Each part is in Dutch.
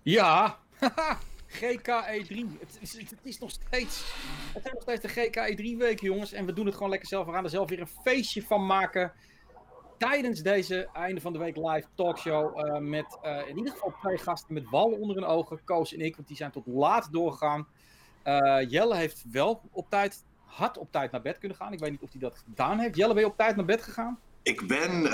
Ja, GKE3. Het zijn nog steeds de GKE3-weken, jongens. En we doen het gewoon lekker zelf. We gaan er zelf weer een feestje van maken. Tijdens deze einde van de week live talkshow. Met in ieder geval 2 gasten met wallen onder hun ogen. Koos en ik, want die zijn tot laat doorgegaan. Jelle heeft wel hard op tijd naar bed kunnen gaan. Ik weet niet of hij dat gedaan heeft. Jelle, ben je op tijd naar bed gegaan? Ik ben,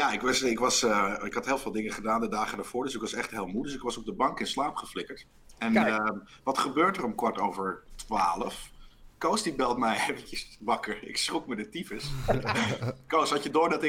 ik had heel veel dingen gedaan de dagen daarvoor, dus ik was echt heel moe. Dus ik was op de bank in slaap geflikkerd. En wat gebeurt er om 11:15? Koos die belt mij eventjes wakker. Ik schrok me de tyfus. Koos, had je door dat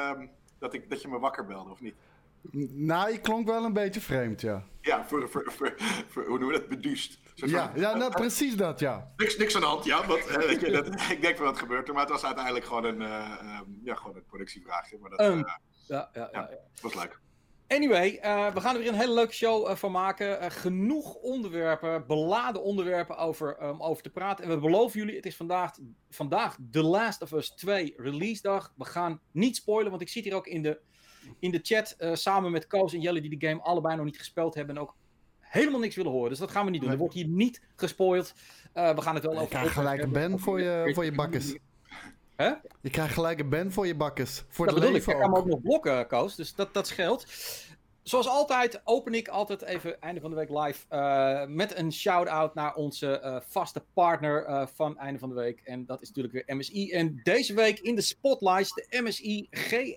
je me wakker belde, of niet? Nou, je klonk wel een beetje vreemd, ja. Ja, voor hoe noem je dat? Beduust. Ja, precies dat, ja. Niks aan de hand, ja. Want, ik denk van wat gebeurt er, maar het was uiteindelijk gewoon een productievraagje. Maar dat was leuk. Vanway, we gaan er weer een hele leuke show van maken. Genoeg onderwerpen, beladen onderwerpen over te praten. En we beloven jullie, het is vandaag The Last of Us 2 release dag. We gaan niet spoilen, want ik zit hier ook in de chat samen met Koos en Jelle die de game allebei nog niet gespeeld hebben en ook helemaal niks willen horen. Dus dat gaan we niet doen. Er wordt hier niet gespoild. We gaan het wel over... Je krijgt gelijk een ban voor je bakkes. Hè? Je krijgt gelijk een ban voor je bakkes. Voor dat het bedoel leven ik. Ik kan hem ook nog blokken, Koos. Dus dat scheelt. Zoals altijd open ik altijd even einde van de week live met een shout-out naar onze vaste partner van einde van de week. En dat is natuurlijk weer MSI. En deze week in de spotlights de MSI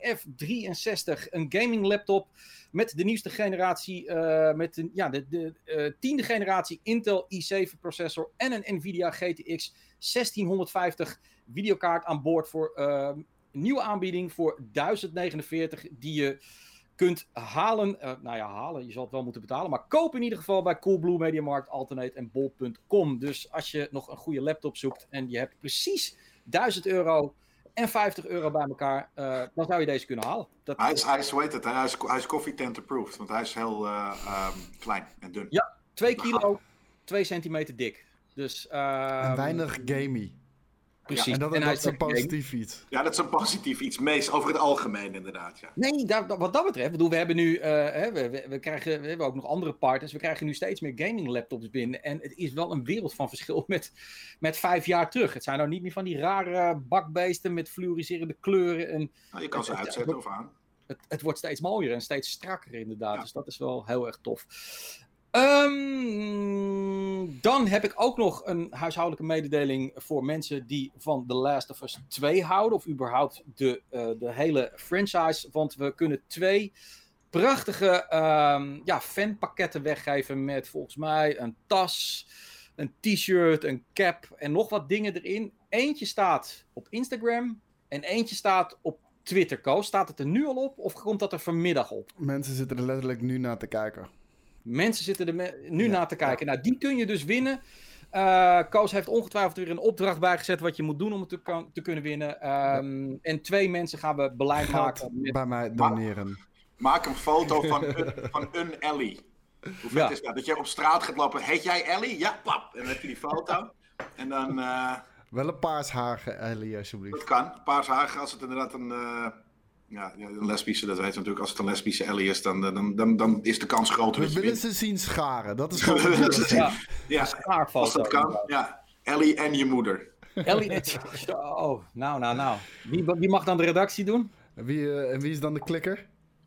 GF63. Een gaming laptop met de nieuwste generatie, met de 10e generatie Intel i7 processor en een Nvidia GTX 1650 videokaart aan boord voor een nieuwe aanbieding voor 1049 die je kunt halen. Halen, je zal het wel moeten betalen. Maar koop in ieder geval bij Coolblue, Mediamarkt, Alternate en Bol.com. Dus als je nog een goede laptop zoekt en je hebt precies €1000 en €50 bij elkaar, dan zou je deze kunnen halen. Hij is coffee tent approved, want hij is heel klein en dun. Ja, 2 kilo, 2 centimeter dik. Dus, en weinig gamey. Precies. Ja, en dat is een positief iets. Ja, dat is een positief iets. Meest over het algemeen inderdaad, ja. Nee, wat dat betreft. We hebben nu... we hebben ook nog andere partners. We krijgen nu steeds meer gaming laptops binnen. En het is wel een wereld van verschil met 5 jaar terug. Het zijn nou niet meer van die rare bakbeesten met fluoriserende kleuren. En je kan ze uitzetten of aan. Het wordt steeds mooier en steeds strakker inderdaad. Ja. Dus dat is wel heel erg tof. Dan heb ik ook nog een huishoudelijke mededeling voor mensen die van The Last of Us 2 houden. Of überhaupt de hele franchise. Want we kunnen 2 prachtige fanpakketten weggeven met volgens mij een tas, een t-shirt, een cap en nog wat dingen erin. Eentje staat op Instagram en eentje staat op Twitter. Koos, staat het er nu al op of komt dat er vanmiddag op? Mensen zitten er letterlijk nu naar te kijken. Mensen zitten er nu naar te kijken. Nou, die kun je dus winnen. Koos heeft ongetwijfeld weer een opdracht bijgezet wat je moet doen om het te kunnen winnen. En 2 mensen gaan we beleid maken. Bij mij doneren. Maak een foto van een Ellie. Hoe vet is dat? Dat je op straat gaat lopen. Heet jij Ellie? Ja, pap. En dan heb je die foto. En dan... Wel een paarshaarige Ellie, alsjeblieft. Dat kan. Paarshaarige, als het inderdaad een... een lesbische, dat weet je natuurlijk. Als het een lesbische Ellie is, dan is de kans groter. We willen ze zien scharen. Dat is gewoon... ja, als dat kan. Ja. Ellie en je moeder. Ellie, nou. Wie mag dan de redactie doen? Wie is dan de klikker?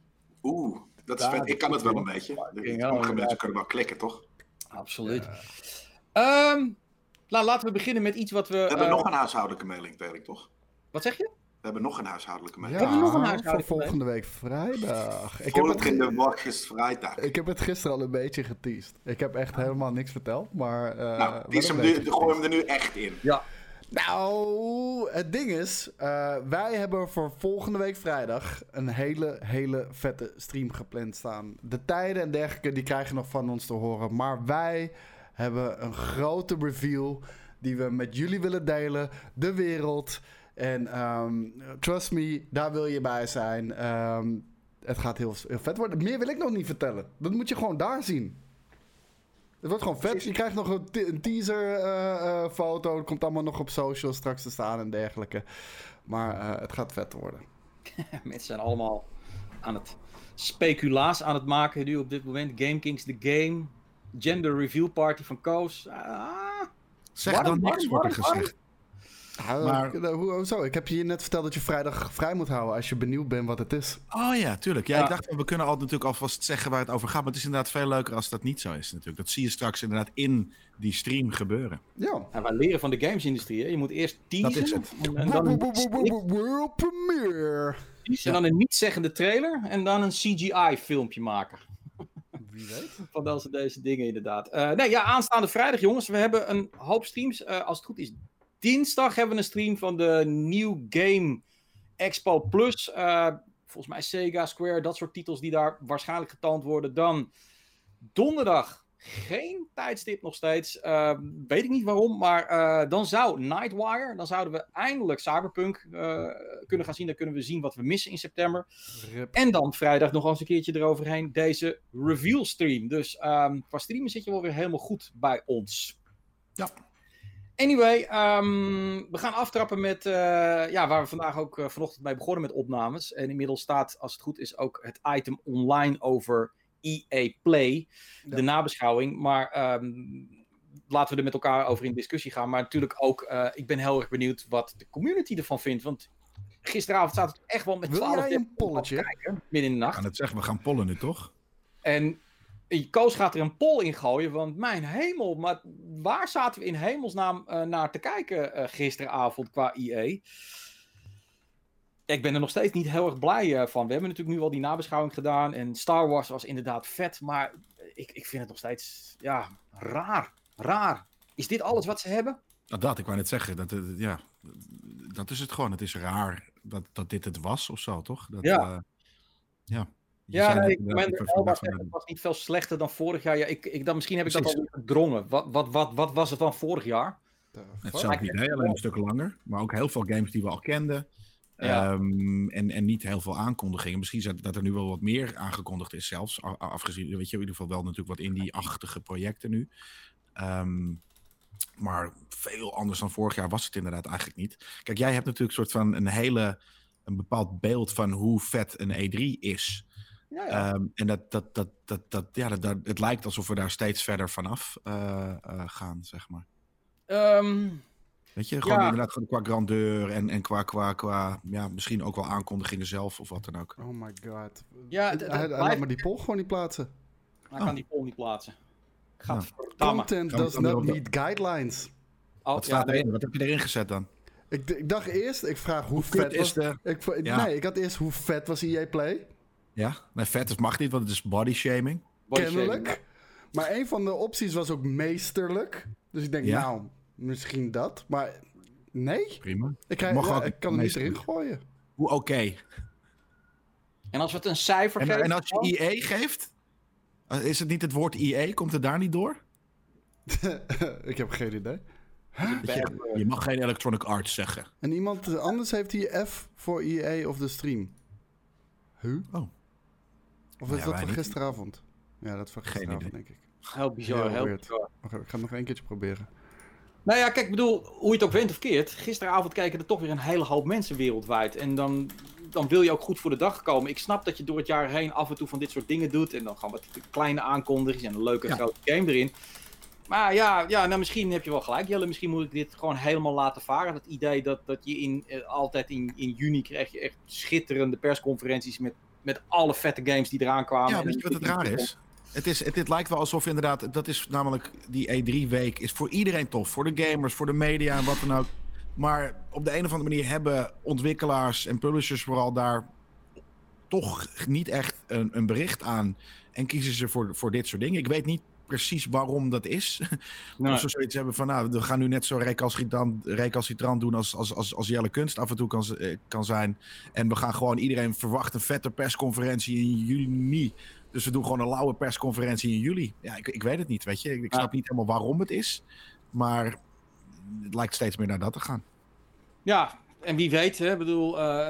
Dat is vet. Ik kan het wel een beetje. Sommige mensen kunnen wel klikken, toch? Absoluut. Laten we beginnen met iets wat we... We hebben nog een huishoudelijke mededeling, toch? Wat zeg je? We hebben nog een huishoudelijke mededeling. Voor volgende week vrijdag. Vrijdag. Ik heb het gisteren al een beetje geteased. Ik heb echt helemaal niks verteld, maar... gooi hem er nu echt in. Ja. Nou, het ding is, wij hebben voor volgende week vrijdag een hele vette stream gepland staan. De tijden en dergelijke, die krijgen nog van ons te horen. Maar wij hebben een grote reveal die we met jullie willen delen. De wereld. En trust me, daar wil je bij zijn. Het gaat heel vet worden. Meer wil ik nog niet vertellen. Dat moet je gewoon daar zien. Het wordt gewoon vet. Je krijgt nog een teaser foto. Het komt allemaal nog op social straks te staan en dergelijke. Maar het gaat vet worden. Mensen zijn allemaal aan speculaas aan het maken nu op dit moment. GameKings The Game. Gender Reveal Party van Koos. Zeg dan niks, wordt er gezegd. Hoezo? Ik heb je hier net verteld dat je vrijdag vrij moet houden als je benieuwd bent wat het is. Oh ja, tuurlijk. Ja, ik dacht, we kunnen natuurlijk alvast zeggen waar het over gaat. Maar het is inderdaad veel leuker als dat niet zo is natuurlijk. Dat zie je straks inderdaad in die stream gebeuren. Ja. Wij leren van de gamesindustrie. Hè? Je moet eerst teasen. Dat is het. En dan World premiere. en dan een niet-zeggende trailer. En dan een CGI-filmpje maken. Wie weet. Van deze dingen inderdaad. Aanstaande vrijdag jongens. We hebben een hoop streams. Als het goed is, dinsdag hebben we een stream van de New Game Expo Plus. Volgens mij Sega, Square, dat soort titels die daar waarschijnlijk getoond worden. Dan donderdag geen tijdstip nog steeds. Weet ik niet waarom, maar dan zou Nightwire, dan zouden we eindelijk Cyberpunk kunnen gaan zien. Dan kunnen we zien wat we missen in september. Rip. En dan vrijdag nog eens een keertje eroverheen deze reveal stream. Dus qua streamen zit je wel weer helemaal goed bij ons. Ja. Anyway, we gaan aftrappen met waar we vandaag ook vanochtend mee begonnen met opnames. En inmiddels staat, als het goed is, ook het item online over EA Play. Ja. De nabeschouwing. Maar laten we er met elkaar over in discussie gaan. Maar natuurlijk ook, ik ben heel erg benieuwd wat de community ervan vindt. Want gisteravond staat het echt wel met 12 een polletje kijken, midden in de nacht. Ik kan het zeggen, we gaan pollen nu toch? En Koos gaat er een poll in gooien, want mijn hemel, maar waar zaten we in hemelsnaam naar te kijken gisteravond qua EA? Ik ben er nog steeds niet heel erg blij van. We hebben natuurlijk nu al die nabeschouwing gedaan en Star Wars was inderdaad vet, maar ik vind het nog steeds, raar. Is dit alles wat ze hebben? Ik wou net zeggen, dat is het gewoon. Het is raar dat dit het was of zo, toch? Het was niet veel slechter dan vorig jaar. Ja, misschien heb ik dat al gedrongen. Wat was het dan vorig jaar? Hetzelfde idee, alleen een stuk langer. Maar ook heel veel games die we al kenden. Ja. En niet heel veel aankondigingen. Misschien dat er nu wel wat meer aangekondigd is zelfs. Afgezien, weet je, in ieder geval wel natuurlijk wat indie-achtige projecten nu. Maar veel anders dan vorig jaar was het inderdaad eigenlijk niet. Kijk, jij hebt natuurlijk een soort van een bepaald beeld van hoe vet een E3 is. Ja. En het lijkt alsof we daar steeds verder vanaf gaan, zeg maar. Weet je, gewoon inderdaad qua grandeur en qua misschien ook wel aankondigingen zelf of wat dan ook. Oh my god. Ja, laat maar die poll gewoon niet plaatsen. Hij kan die poll niet plaatsen. Content does not meet guidelines. Wat staat erin? Wat heb je erin gezet dan? Ik dacht eerst, ik vraag hoe vet was... Nee, ik had eerst hoe vet was EA Play. Ja, nee, vet mag niet, want het is body shaming. Kennelijk. Maar een van de opties was ook meesterlijk. Dus ik denk, misschien dat. Maar nee. Prima. Ik kan het niet erin gooien. Hoe oké? En als we het een cijfer geven... En als je EA geeft... Is het niet het woord EA? Komt het daar niet door? Ik heb geen idee. Je mag geen Electronic Arts zeggen. En iemand anders heeft hier F voor EA of de stream. Oh. Of is dat van gisteravond? Ja, dat van gisteravond, denk ik. Heel bizar, heel bizar. Ik ga het nog een keertje proberen. Nou ja, kijk, ik bedoel, hoe je het ook went of keert. Gisteravond keken er toch weer een hele hoop mensen wereldwijd. En dan wil je ook goed voor de dag komen. Ik snap dat je door het jaar heen af en toe van dit soort dingen doet. En dan gaan wat kleine aankondigingen en een leuke grote game erin. Maar nou misschien heb je wel gelijk, Jelle. Misschien moet ik dit gewoon helemaal laten varen. Het idee dat je altijd in juni krijg je echt schitterende persconferenties met alle vette games die eraan kwamen. Ja, weet je wat het raar is? Het lijkt wel alsof inderdaad, dat is namelijk die E3-week, is voor iedereen tof. Voor de gamers, voor de media en wat dan ook. Maar op de een of andere manier hebben ontwikkelaars en publishers vooral daar toch niet echt een bericht aan. En kiezen ze voor dit soort dingen. Ik weet niet precies waarom dat is. Nee. Of ze zoiets hebben van, we gaan nu net zo recalcitrant doen als Jelle Kunst af en toe kan zijn. En we gaan gewoon iedereen verwachten een vette persconferentie in juni. Dus we doen gewoon een lauwe persconferentie in juli. Ja, ik weet het niet, weet je. Ik snap niet helemaal waarom het is. Maar het lijkt steeds meer naar dat te gaan. Ja, en wie weet, hè, bedoel,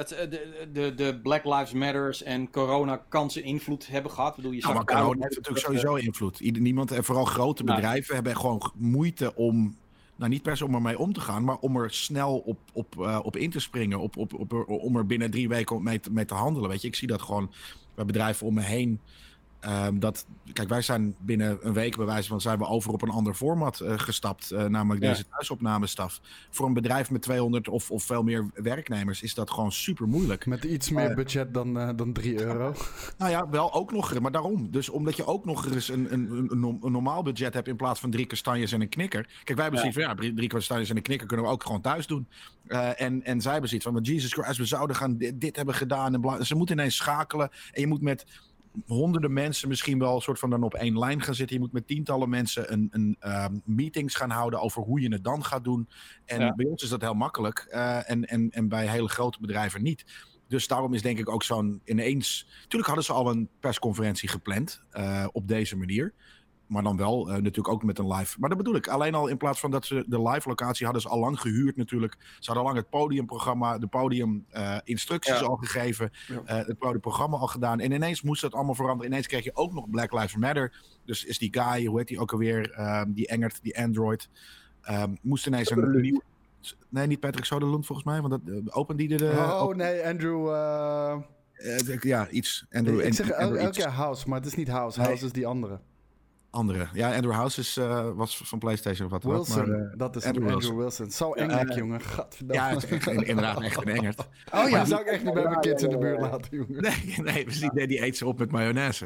de Black Lives Matters en corona kan zijn invloed hebben gehad. Bedoel, maar corona heeft natuurlijk sowieso invloed. Niemand, en vooral grote bedrijven, hebben gewoon moeite om niet per se om ermee om te gaan, maar om er snel op in te springen. Om er binnen 3 weken mee te handelen. Weet je, ik zie dat gewoon bij bedrijven om me heen. Kijk, wij zijn binnen een week bij wijze van zijn we over op een ander format gestapt. Namelijk deze thuisopnamestaf. Voor een bedrijf met 200 of veel meer werknemers is dat gewoon super moeilijk. Met iets meer budget dan €3. Nou ja, wel ook nog. Maar daarom. Dus omdat je ook nog eens een normaal budget hebt in plaats van 3 kastanjes en een knikker. Kijk, wij hebben zoiets van 3 kastanjes en een knikker kunnen we ook gewoon thuis doen. En zij hebben zoiets van, Jesus Christ, we zouden gaan dit hebben gedaan. En ze moeten ineens schakelen. En je moet met honderden mensen misschien wel een soort van dan op één lijn gaan zitten. Je moet met tientallen mensen meetings gaan houden over hoe je het dan gaat doen. En bij ons is dat heel makkelijk. En bij hele grote bedrijven niet. Dus daarom is denk ik ook zo'n ineens... Tuurlijk hadden ze al een persconferentie gepland op deze manier. Maar dan wel natuurlijk ook met een live. Maar dat bedoel ik. Alleen al in plaats van dat ze de live locatie hadden ze al lang gehuurd natuurlijk. Ze hadden al lang het podiumprogramma, de podium instructies al gegeven. Het programma al gedaan. En ineens moest dat allemaal veranderen. Ineens kreeg je ook nog Black Lives Matter. Dus is die guy, hoe heet die ook alweer? Die Engert, die Android. Moest ineens een nieuw... Nee, niet Patrick Soderlund volgens mij. Want dat opende die nee, Andrew... ja, iets. Andrew, ik zeg elke keer House, maar het is niet House. Nee. House is die andere. Ja, Andrew House was van PlayStation of wat. Wilson, maar, dat is Andrew Wilson. Zo eng, jongen. Gadverdamme. Ja, het is inderdaad echt een engert. Oh ja, zou ik echt niet bij mijn kids in de buurt laten, jongen. Nee, dus die eet ze op met mayonaise.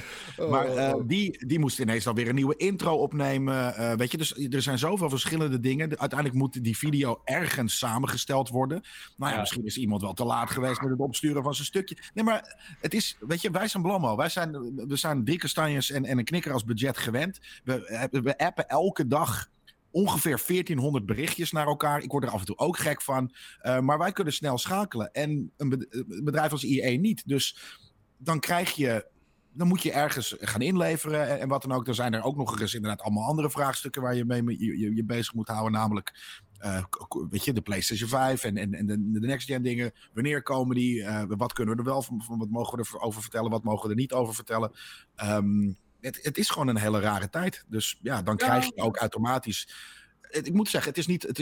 Die moest ineens alweer een nieuwe intro opnemen. Weet je, dus er zijn zoveel verschillende dingen. Uiteindelijk moet die video ergens samengesteld worden. Nou ja, misschien is iemand wel te laat geweest met het opsturen van zijn stukje. Nee, maar het is, weet je, wij zijn Blommo. We zijn 3 kastanjes en een knikker als budget gewend. We appen elke dag ongeveer 1400 berichtjes naar elkaar. Ik word er af en toe ook gek van. Maar wij kunnen snel schakelen. En een bedrijf als EA niet. Dus dan moet je ergens gaan inleveren en wat dan ook. Dan zijn er ook nog eens inderdaad allemaal andere vraagstukken waar je mee je bezig moet houden. Namelijk weet je, de PlayStation 5 en de next gen dingen. Wanneer komen die? Wat kunnen we er wel van? Wat mogen we erover vertellen? Wat mogen we er niet over vertellen? Het is gewoon een hele rare tijd. Dus ja, dan krijg je ook automatisch... Ik moet zeggen,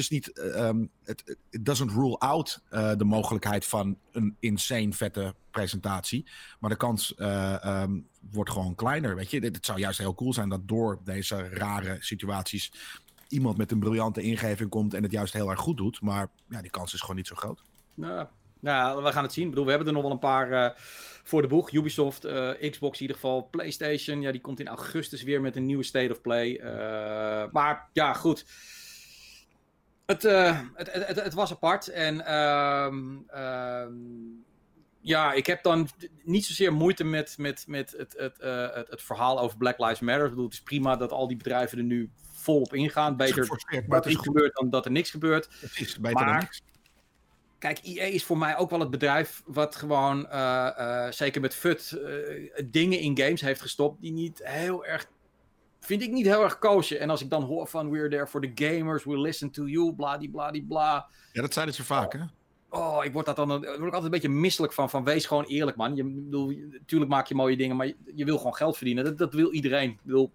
it doesn't rule out de mogelijkheid van een insane vette presentatie. Maar de kans wordt gewoon kleiner, weet je. Het zou juist heel cool zijn dat door deze rare situaties iemand met een briljante ingeving komt en het juist heel erg goed doet. Maar ja, die kans is gewoon niet zo groot. Nou, we gaan het zien. Ik bedoel, we hebben er nog wel een paar voor de boeg. Ubisoft, Xbox in ieder geval, PlayStation. Ja, die komt in augustus weer met een nieuwe State of Play. Maar ja, goed. Het was apart. En ja, ik heb dan niet zozeer moeite met het verhaal over Black Lives Matter. Ik bedoel, het is prima dat al die bedrijven er nu volop ingaan. Beter dat er iets gebeurt dan dat er niks gebeurt. Precies, beter dan niks. Kijk, EA is voor mij ook wel het bedrijf wat gewoon, zeker met FUT, dingen in games heeft gestopt die niet heel erg, vind ik niet heel erg koosje. En als ik dan hoor van we're there for the gamers, we listen to you, bladibladibla. Ja, dat zeiden ze vaak, hè? Oh, ik word altijd een beetje misselijk van wees gewoon eerlijk, man. Natuurlijk maak je mooie dingen, maar je wil gewoon geld verdienen. Dat wil iedereen. Ik bedoel,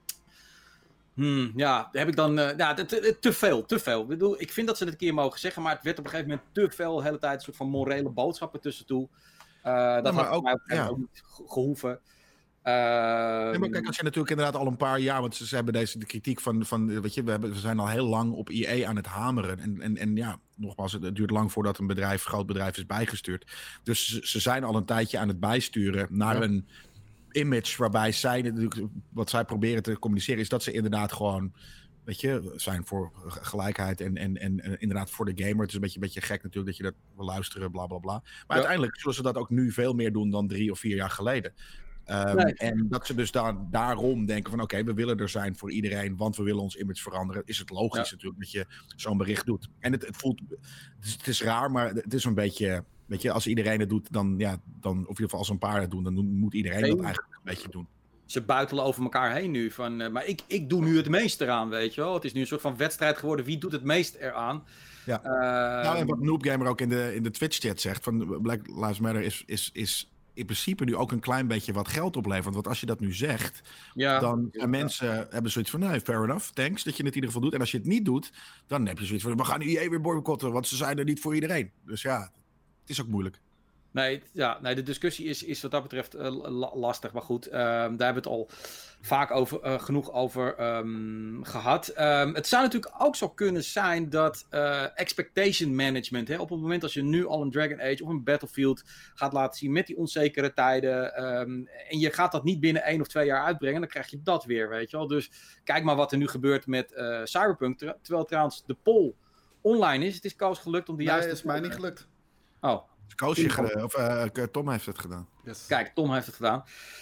ja, heb ik dan... te veel. Ik vind dat ze het een keer mogen zeggen, maar het werd op een gegeven moment te veel de hele tijd een soort van morele boodschappen tussentoe. Dat had voor mij ook niet gehoeven. Maar kijk, als je natuurlijk inderdaad al een paar jaar, want ze hebben de kritiek van weet je, we zijn al heel lang op EA aan het hameren. En ja, nogmaals, het duurt lang voordat een groot bedrijf is bijgestuurd. Dus ze zijn al een tijdje aan het bijsturen naar een image waarbij zij natuurlijk, wat zij proberen te communiceren, is dat ze inderdaad gewoon, weet je, zijn voor gelijkheid en inderdaad voor de gamer. Het is een beetje gek natuurlijk dat je dat wil luisteren, bla bla bla. Maar uiteindelijk zullen ze dat ook nu veel meer doen dan 3 of 4 jaar geleden. En dat ze dus daarom denken van oké, we willen er zijn voor iedereen, want we willen ons image veranderen. Is het logisch natuurlijk dat je zo'n bericht doet. En het voelt, het is raar, maar het is een beetje, weet je, als iedereen het doet, dan, of in ieder geval als een paar het doen, dan moet iedereen dat eigenlijk een beetje doen. Ze buitelen over elkaar heen nu. Maar ik doe nu het meest eraan, weet je wel. Het is nu een soort van wedstrijd geworden. Wie doet het meest eraan? Ja. En wat Noobgamer ook in de Twitch-chat zegt, van Black Lives Matter is in principe nu ook een klein beetje wat geld oplevert. Want als je dat nu zegt, dan mensen hebben zoiets van, nee, fair enough, thanks dat je het in ieder geval doet. En als je het niet doet, dan heb je zoiets van, we gaan EA weer boycotten, want ze zijn er niet voor iedereen. Dus ja, het is ook moeilijk. Nee, de discussie is wat dat betreft lastig. Maar goed, daar hebben we het al vaak genoeg over gehad. Het zou natuurlijk ook zo kunnen zijn dat expectation management... op het moment als je nu al een Dragon Age of een Battlefield gaat laten zien... met die onzekere tijden... en je gaat dat niet binnen 1 of 2 jaar uitbrengen... dan krijg je dat weer, weet je wel. Dus kijk maar wat er nu gebeurt met Cyberpunk... terwijl trouwens de poll online is. Het is Koos gelukt om de juiste... Nee, het is mij niet gelukt. Oh. Tom heeft het gedaan. Yes. Kijk, Tom heeft het gedaan.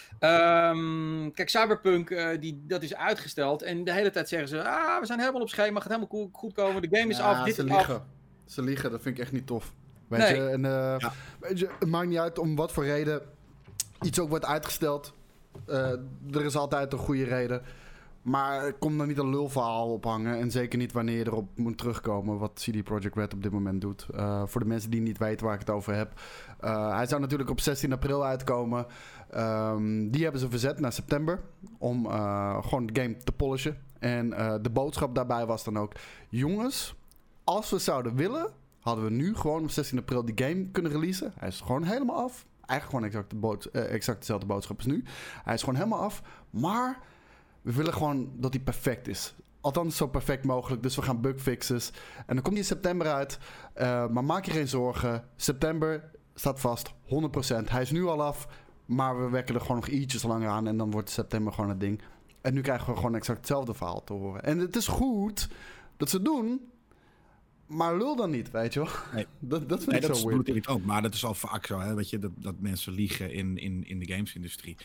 Kijk, Cyberpunk, dat is uitgesteld. En de hele tijd zeggen ze... we zijn helemaal op schema, gaat helemaal goed komen. De game is af, dit is af. Ze liegen, dat vind ik echt niet tof. Weet je, en, weet je, het maakt niet uit om wat voor reden iets ook wordt uitgesteld. Er is altijd een goede reden. Maar kom er niet een lulverhaal op hangen. En zeker niet wanneer je erop moet terugkomen. Wat CD Projekt Red op dit moment doet. Voor de mensen die niet weten waar ik het over heb. Hij zou natuurlijk op 16 april uitkomen. Die hebben ze verzet naar september. Om gewoon de game te polishen. En de boodschap daarbij was dan ook... Jongens, als we zouden willen... hadden we nu gewoon op 16 april die game kunnen releasen. Hij is gewoon helemaal af. Eigenlijk gewoon exact dezelfde boodschap als nu. Hij is gewoon helemaal af. Maar... we willen gewoon dat hij perfect is. Althans, zo perfect mogelijk. Dus we gaan bugfixes. En dan komt hij in september uit. Maar maak je geen zorgen. September staat vast. 100%. Hij is nu al af. Maar we werken er gewoon nog ietsjes langer aan. En dan wordt september gewoon het ding. En nu krijgen we gewoon exact hetzelfde verhaal te horen. En het is goed dat ze het doen. Maar lul dan niet, weet je wel. Nee. dat vind ik zo weird. Irritant, maar dat is al vaak zo. Hè? Weet je, dat mensen liegen in de gamesindustrie.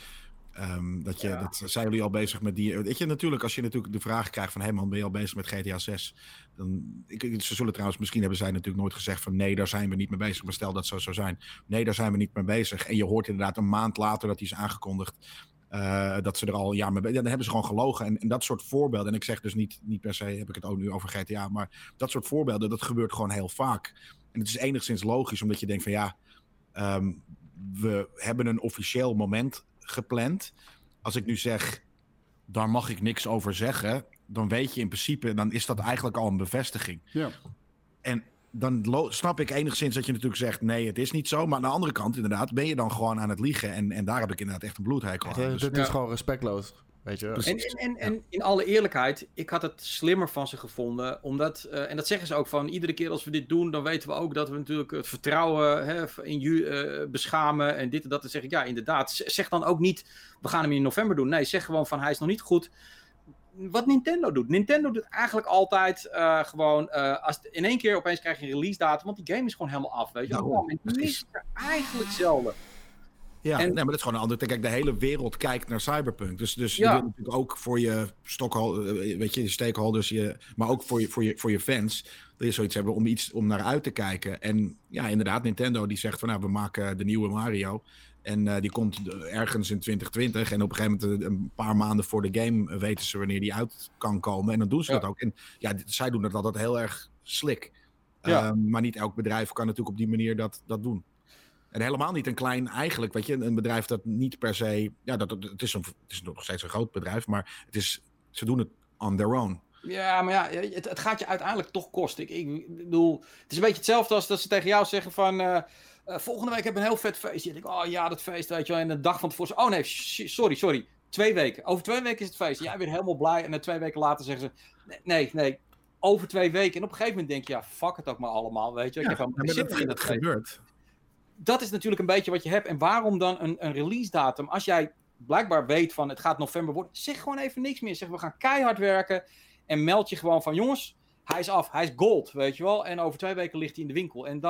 Dat zijn jullie al bezig met die... Weet je, natuurlijk, als je natuurlijk de vraag krijgt van... hé man, ben je al bezig met GTA 6? Ze zullen trouwens... misschien hebben zij natuurlijk nooit gezegd van... nee, daar zijn we niet mee bezig. Maar stel dat zo zou zijn. Nee, daar zijn we niet mee bezig. En je hoort inderdaad een maand later dat hij is aangekondigd... dat ze er al een jaar mee bezig... dan hebben ze gewoon gelogen. En dat soort voorbeelden... en ik zeg dus niet per se... heb ik het ook nu over GTA... maar dat soort voorbeelden... dat gebeurt gewoon heel vaak. En het is enigszins logisch... omdat je denkt van ja... we hebben een officieel moment... gepland. Als ik nu zeg, daar mag ik niks over zeggen, dan weet je in principe, dan is dat eigenlijk al een bevestiging. Ja. En dan snap ik enigszins dat je natuurlijk zegt, nee, het is niet zo. Maar aan de andere kant, inderdaad, ben je dan gewoon aan het liegen. En daar heb ik inderdaad echt een bloedhekel aan. Dus, dit is gewoon respectloos. Weet je? En in alle eerlijkheid, ik had het slimmer van ze gevonden. Omdat, en dat zeggen ze ook van, iedere keer als we dit doen, dan weten we ook dat we natuurlijk het vertrouwen in beschamen en dit en dat. Dan zeg ik, ja inderdaad, zeg dan ook niet, we gaan hem in november doen. Nee, zeg gewoon van, hij is nog niet goed. Wat Nintendo doet. Nintendo doet eigenlijk altijd als in één keer opeens krijg je een release datum, want die game is gewoon helemaal af. Weet je? Nou, het is eigenlijk hetzelfde. Ja, nee, maar dat is gewoon een ander. Kijk, de hele wereld kijkt naar Cyberpunk. Dus je wil natuurlijk ook voor je stakeholders, maar ook voor je fans, wil je zoiets hebben om naar uit te kijken. En ja, inderdaad, Nintendo die zegt van nou, we maken de nieuwe Mario. En die komt ergens in 2020. En op een gegeven moment, een paar maanden voor de game, weten ze wanneer die uit kan komen. En dan doen ze dat ook. En ja, zij doen dat altijd heel erg slick. Ja. Maar niet elk bedrijf kan natuurlijk op die manier dat doen. En helemaal niet een klein, eigenlijk, weet je, een bedrijf dat niet per se... Ja, het is nog steeds een groot bedrijf, maar ze doen het on their own. Ja, maar ja, het gaat je uiteindelijk toch kosten. Ik bedoel, het is een beetje hetzelfde als dat ze tegen jou zeggen van... volgende week hebben we een heel vet feest. Je denkt, oh ja, dat feest, weet je wel. En de dag van tevoren, oh nee, sorry. 2 weken. Over 2 weken is het feest. Jij weer helemaal blij. En dan 2 weken later zeggen ze, nee, over 2 weken. En op een gegeven moment denk je, ja, fuck het ook maar allemaal, weet je. Dat gebeurt. Dat is natuurlijk een beetje wat je hebt. En waarom dan een release datum? Als jij blijkbaar weet van het gaat november worden, zeg gewoon even niks meer. Zeg, we gaan keihard werken. En meld je gewoon van, jongens, hij is af. Hij is gold, weet je wel. En over 2 weken ligt hij in de winkel. En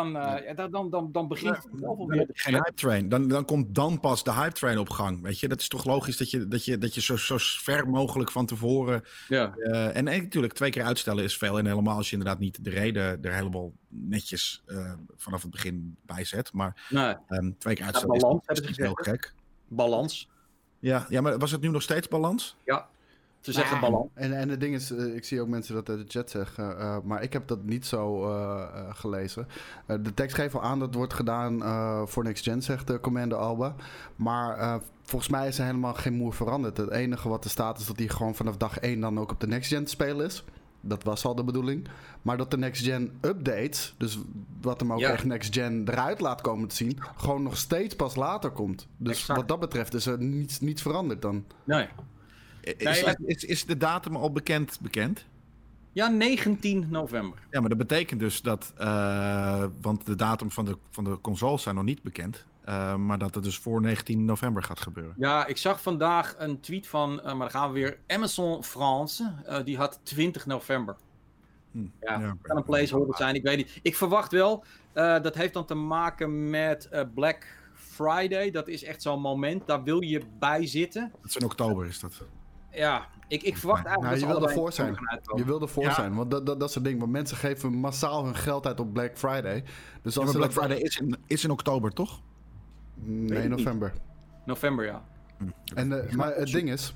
dan begint het wel weer. Geen hype train. Dan komt pas de hype train op gang. Weet je, dat is toch logisch dat je zo ver mogelijk van tevoren... Ja. En natuurlijk 2 keer uitstellen is veel. En helemaal als je inderdaad niet de reden er helemaal netjes vanaf het begin bij zet. Maar 2 keer uitstellen is heel gek. Balans. Ja, maar was het nu nog steeds balans? Ja. Ze zeggen balans. En het ding is, ik zie ook mensen dat uit de chat zeggen, maar ik heb dat niet zo gelezen. De tekst geeft al aan dat het wordt gedaan voor Next Gen, zegt de Commander Alba. Maar volgens mij is er helemaal geen moer veranderd. Het enige wat er staat is dat hij gewoon vanaf dag 1 dan ook op de Next Gen te spelen is. Dat was al de bedoeling. Maar dat de Next Gen updates, dus wat hem ook echt Next Gen eruit laat komen te zien, gewoon nog steeds later komt. Dus wat dat betreft is er niets veranderd dan. Nee. Is de datum al bekend? Ja, 19 november. Ja, maar dat betekent dus dat... want de datum van de consoles zijn nog niet bekend. Maar dat het dus voor 19 november gaat gebeuren. Ja, ik zag vandaag een tweet van... maar dan gaan we weer... Amazon France. Die had 20 november. Ja, kan een placeholder zijn. Ik weet niet. Ik verwacht wel... dat heeft dan te maken met Black Friday. Dat is echt zo'n moment. Daar wil je bij zitten. Dat is in oktober, is dat. Ja, ik verwacht eigenlijk dat je wil ervoor zijn. Je wil ervoor zijn, want dat is het ding. Want mensen geven massaal hun geld uit op Black Friday. Dus als Black Friday is in oktober, toch? Nee, november. November, ja. Maar het ding is...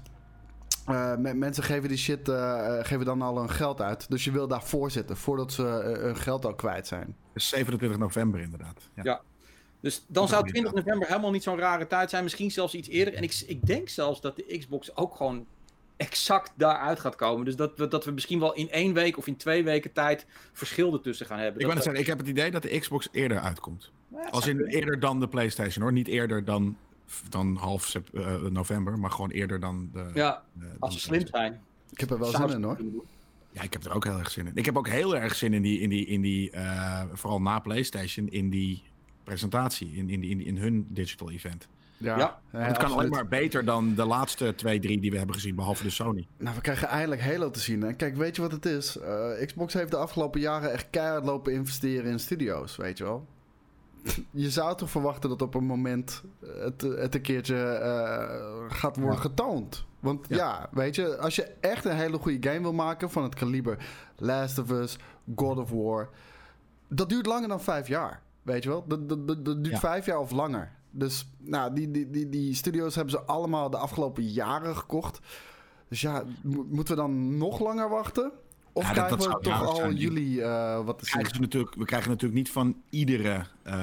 mensen geven die shit geven dan al hun geld uit. Dus je wil daarvoor zitten, voordat ze hun geld al kwijt zijn. Dus 27 november inderdaad. Ja. Dus dan zou 20 november helemaal niet zo'n rare tijd zijn. Misschien zelfs iets eerder. En ik denk zelfs dat de Xbox ook gewoon exact daaruit gaat komen. Dus dat we misschien wel in 1 week of in 2 weken tijd verschil ertussen gaan hebben. Ik heb het idee dat de Xbox eerder uitkomt. Als in eerder dan de PlayStation, hoor. Niet eerder dan half november, maar gewoon eerder dan de... als ze slim zijn. Ik heb er wel zin in, hoor. Ja, ik heb er ook heel erg zin in. Ik heb ook heel erg zin in die vooral na PlayStation, in die presentatie, in hun digital event. Ja, het kan alleen maar beter dan de laatste 2-3 die we hebben gezien, behalve de Sony. Nou, we krijgen eindelijk Halo te zien. En kijk, weet je wat het is? Xbox heeft de afgelopen jaren echt keihard lopen investeren in studio's, weet je wel. Je zou toch verwachten dat op een moment het een keertje gaat worden getoond. Want weet je, als je echt een hele goede game wil maken van het kaliber Last of Us, God of War, dat duurt langer dan 5 jaar. Weet je wel? Dat duurt 5 jaar of langer. Dus nou, die studio's hebben ze allemaal de afgelopen jaren gekocht. Dus ja, moeten we dan nog langer wachten? Of krijgen we toch al jullie wat te zien? We krijgen natuurlijk niet van iedere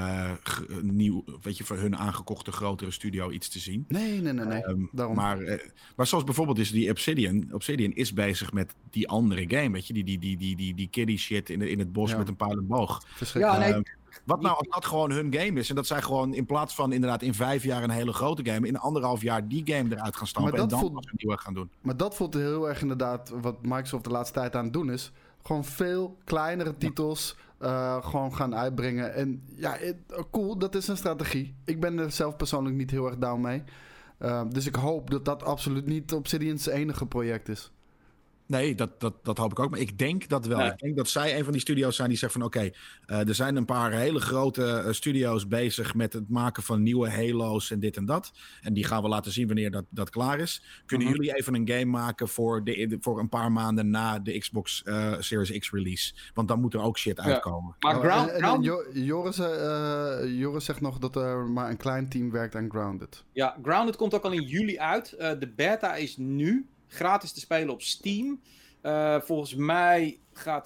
van hun aangekochte grotere studio iets te zien. Nee. Daarom. Maar zoals bijvoorbeeld is die Obsidian. Obsidian is bezig met die andere game, weet je? Die kiddie shit in het bos met een pijl en boog. Wat nou als dat gewoon hun game is? En dat zij gewoon in plaats van inderdaad in 5 jaar een hele grote game, in 1,5 jaar die game eruit gaan stampen en dan een nieuwe gaan doen. Maar dat voelt heel erg inderdaad wat Microsoft de laatste tijd aan het doen is. Gewoon veel kleinere titels gewoon gaan uitbrengen. En ja, cool, dat is een strategie. Ik ben er zelf persoonlijk niet heel erg down mee. Dus ik hoop dat dat absoluut niet Obsidian's enige project is. Nee, dat hoop ik ook. Maar ik denk dat wel. Ja. Ik denk dat zij een van die studio's zijn die zegt van oké, er zijn een paar hele grote studio's bezig met het maken van nieuwe Halo's en dit en dat. En die gaan we laten zien wanneer dat klaar is. Kunnen jullie even een game maken voor een paar maanden na de Xbox Series X release? Want dan moet er ook shit uitkomen. Maar Joris zegt nog dat er maar een klein team werkt aan Grounded. Ja, Grounded komt ook al in juli uit. De beta is nu gratis te spelen op Steam. Volgens mij gaat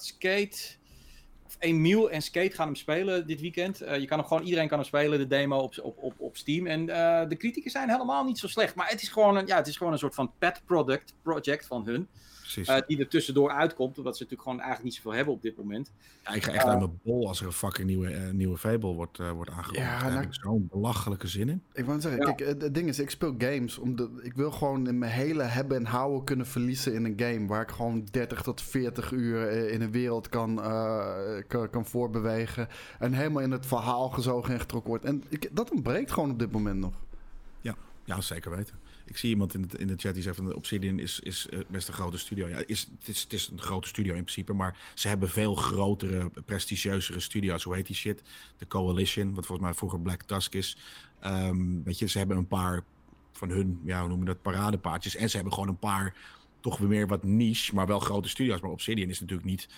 Emiel en Skate gaan hem spelen dit weekend. Iedereen kan hem spelen, de demo op Steam. En de kritieken zijn helemaal niet zo slecht. Maar het is gewoon een soort van pet project van hun. Die er tussendoor uitkomt, omdat ze natuurlijk gewoon eigenlijk niet zoveel hebben op dit moment. Ja, ik ga echt aan mijn bol als er een fucking nieuwe Fable wordt aangekondigd. Daar heb ik zo'n belachelijke zin in. Ik wou zeggen, kijk, het ding is, ik speel games. Ik wil gewoon in mijn hele hebben en houden kunnen verliezen in een game. Waar ik gewoon 30 tot 40 uur in een wereld kan voorbewegen. En helemaal in het verhaal gezogen en getrokken wordt. En dat ontbreekt gewoon op dit moment nog. Ja, zeker weten. Ik zie iemand in de chat die zegt van Obsidian is best een grote studio. Ja, het is een grote studio in principe, maar ze hebben veel grotere, prestigieuzere studio's. Hoe heet die shit? De Coalition, wat volgens mij vroeger Black Tusk is. Weet je, ze hebben een paar van hun, hoe noemen we dat, paradepaardjes. En ze hebben gewoon een paar, toch weer meer wat niche, maar wel grote studio's. Maar Obsidian is natuurlijk niet...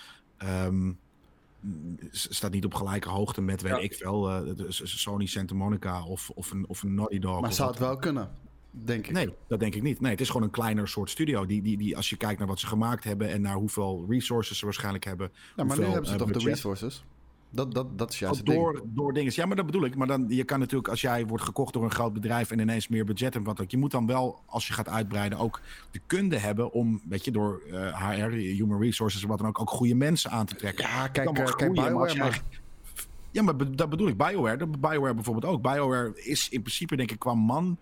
staat niet op gelijke hoogte met, weet ik veel, Sony Santa Monica of een Naughty Dog. Maar zou het wel kunnen? Denk ik. Nee, dat denk ik niet. Nee, het is gewoon een kleiner soort studio. Die als je kijkt naar wat ze gemaakt hebben en naar hoeveel resources ze waarschijnlijk hebben. Ja, maar nu hebben ze toch budget. de resources? Dat is juist het ding. Door dingen. Ja, maar dat bedoel ik. Maar dan, je kan natuurlijk, als jij wordt gekocht door een groot bedrijf en ineens meer budget en wat ook. Je moet dan wel, als je gaat uitbreiden, ook de kunde hebben om, weet je, door HR, human resources en wat dan ook goede mensen aan te trekken. Ja, kijk BioWare maar. Ja, maar dat bedoel ik. BioWare bijvoorbeeld ook. BioWare is in principe, denk ik, qua man...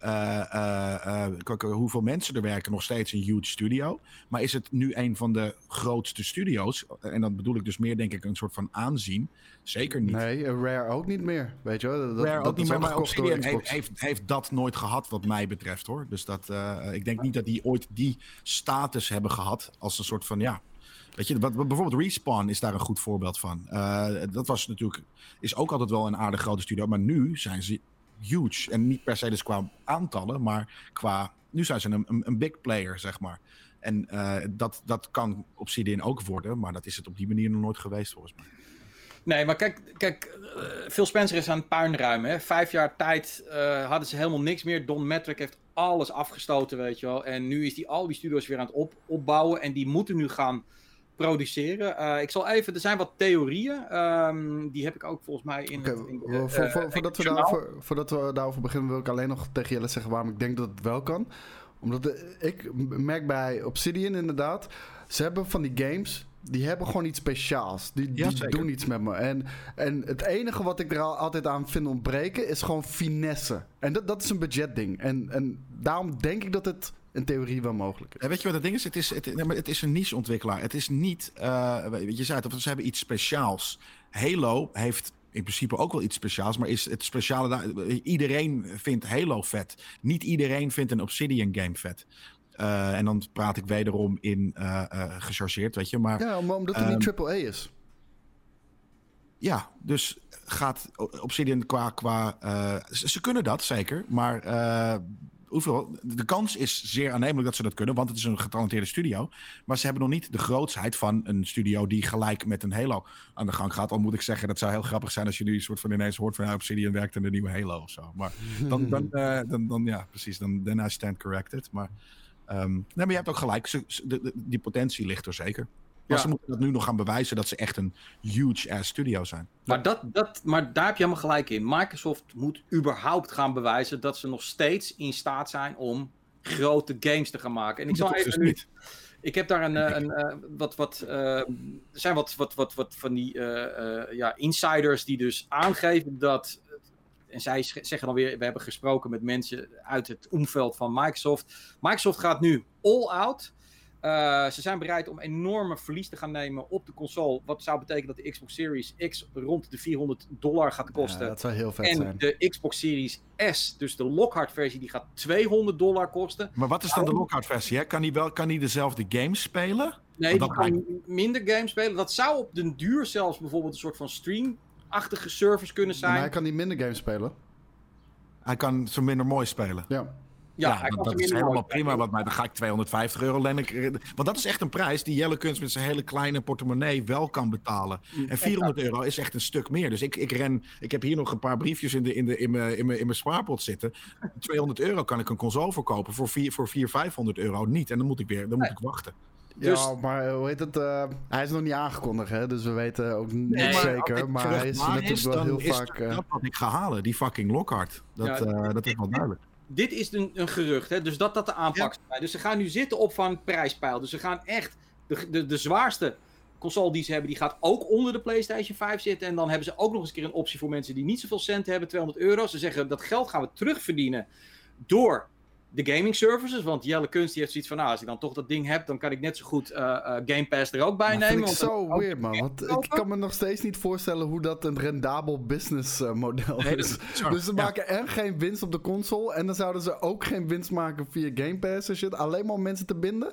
hoeveel mensen er werken, nog steeds een huge studio. Maar is het nu een van de grootste studio's? En dan bedoel ik dus meer, denk ik, een soort van aanzien. Zeker niet. Nee, Rare ook niet meer. Weet je wel? Rare ook niet meer, maar Obsidian Xbox. heeft dat nooit gehad, wat mij betreft, hoor. Dus ik denk niet dat die ooit die status hebben gehad als een soort van, ja... Weet je, bijvoorbeeld Respawn is daar een goed voorbeeld van. Dat was natuurlijk, is ook altijd wel een aardig grote studio, maar nu zijn ze huge. En niet per se dus qua aantallen, maar nu zijn ze een big player, zeg maar. En dat kan Obsidian ook worden, maar dat is het op die manier nog nooit geweest, volgens mij. Nee, maar kijk, Phil Spencer is aan het puinruimen. Hè. 5 jaar tijd hadden ze helemaal niks meer. Don Matrick heeft alles afgestoten, weet je wel. En nu is al die studios weer aan het opbouwen en die moeten nu gaan produceren. Er zijn wat theorieën. Die heb ik ook volgens mij in... Voordat we daarover beginnen, wil ik alleen nog tegen Jelle zeggen waarom ik denk dat het wel kan. Omdat ik merk bij Obsidian inderdaad, ze hebben van die games, die hebben gewoon iets speciaals. Die doen iets met me. En het enige wat ik er altijd aan vind ontbreken, is gewoon finesse. En dat is een budgetding. En daarom denk ik dat het in theorie wel mogelijk is. Weet je wat het ding is? Het is een niche-ontwikkelaar. Het is niet... je zei het, ze hebben iets speciaals. Halo heeft in principe ook wel iets speciaals, maar is het speciale... Iedereen vindt Halo vet. Niet iedereen vindt een Obsidian game vet. En dan praat ik wederom in gechargeerd, weet je. Maar, ja, omdat het niet AAA is. Ja, dus gaat Obsidian qua ze kunnen dat, zeker. Maar... de kans is zeer aannemelijk dat ze dat kunnen, want het is een getalenteerde studio. Maar ze hebben nog niet de grootsheid van een studio die gelijk met een Halo aan de gang gaat. Al moet ik zeggen, dat zou heel grappig zijn als je nu een soort van ineens hoort van Obsidian werkt aan de nieuwe Halo of zo. Maar dan ja, precies. Dan I stand corrected. Maar, nee, maar je hebt ook gelijk. Die potentie ligt er zeker. Maar ze moeten dat nu nog gaan bewijzen dat ze echt een huge-ass studio zijn. Maar daar heb je helemaal gelijk in. Microsoft moet überhaupt gaan bewijzen dat ze nog steeds in staat zijn om grote games te gaan maken. En ik zal even nu... Ik heb daar er zijn wat van die insiders die dus aangeven dat... En zij zeggen dan weer, we hebben gesproken met mensen uit het omveld van Microsoft. Microsoft gaat nu all out. Ze zijn bereid om enorme verlies te gaan nemen op de console. Wat zou betekenen dat de Xbox Series X rond de $400 gaat kosten. Ja, dat zou heel vet zijn. En de Xbox Series S, dus de Lockhart versie, die gaat $200 kosten. Maar wat is dan de Lockhart versie? Hè? Kan die dezelfde games spelen? Nee, die kan minder games spelen. Dat zou op den duur zelfs bijvoorbeeld een soort van stream-achtige service kunnen zijn. Maar hij kan niet minder games spelen. Hij kan zo minder mooi spelen. Ja, dat is helemaal prima. Dan ga ik €250 lenen. Want dat is echt een prijs die Jelle Kunst met zijn hele kleine portemonnee wel kan betalen. En €400 is echt een stuk meer. Dus ik heb hier nog een paar briefjes in mijn spaarpot zitten. €200 kan ik een console verkopen. Voor €400-500 niet. En dan moet ik wachten. Dus... Ja, maar hoe heet het? Hij is nog niet aangekondigd, hè? Dus we weten ook niet zeker. Maar hij is natuurlijk wel heel vaak... Dat wat ik ga halen, die fucking Lockhart. Dat is wel duidelijk. Dit is een gerucht, hè? Dus dat de aanpak is. Dus ze gaan nu zitten op van prijspeil. Dus ze gaan echt de zwaarste console die ze hebben, die gaat ook onder de PlayStation 5 zitten. En dan hebben ze ook nog eens een keer een optie voor mensen die niet zoveel cent hebben, €200. Ze zeggen dat geld gaan we terugverdienen door de gaming services. Want Jelle Kunst die heeft zoiets van, als ik dan toch dat ding heb, dan kan ik net zo goed Game Pass er ook bij nemen. Dat vind ik zo weird, man. Want ik kan me nog steeds niet voorstellen hoe dat een rendabel business model is. Dus ze maken en geen winst op de console. En dan zouden ze ook geen winst maken via Game Pass en shit. Alleen maar om mensen te binden.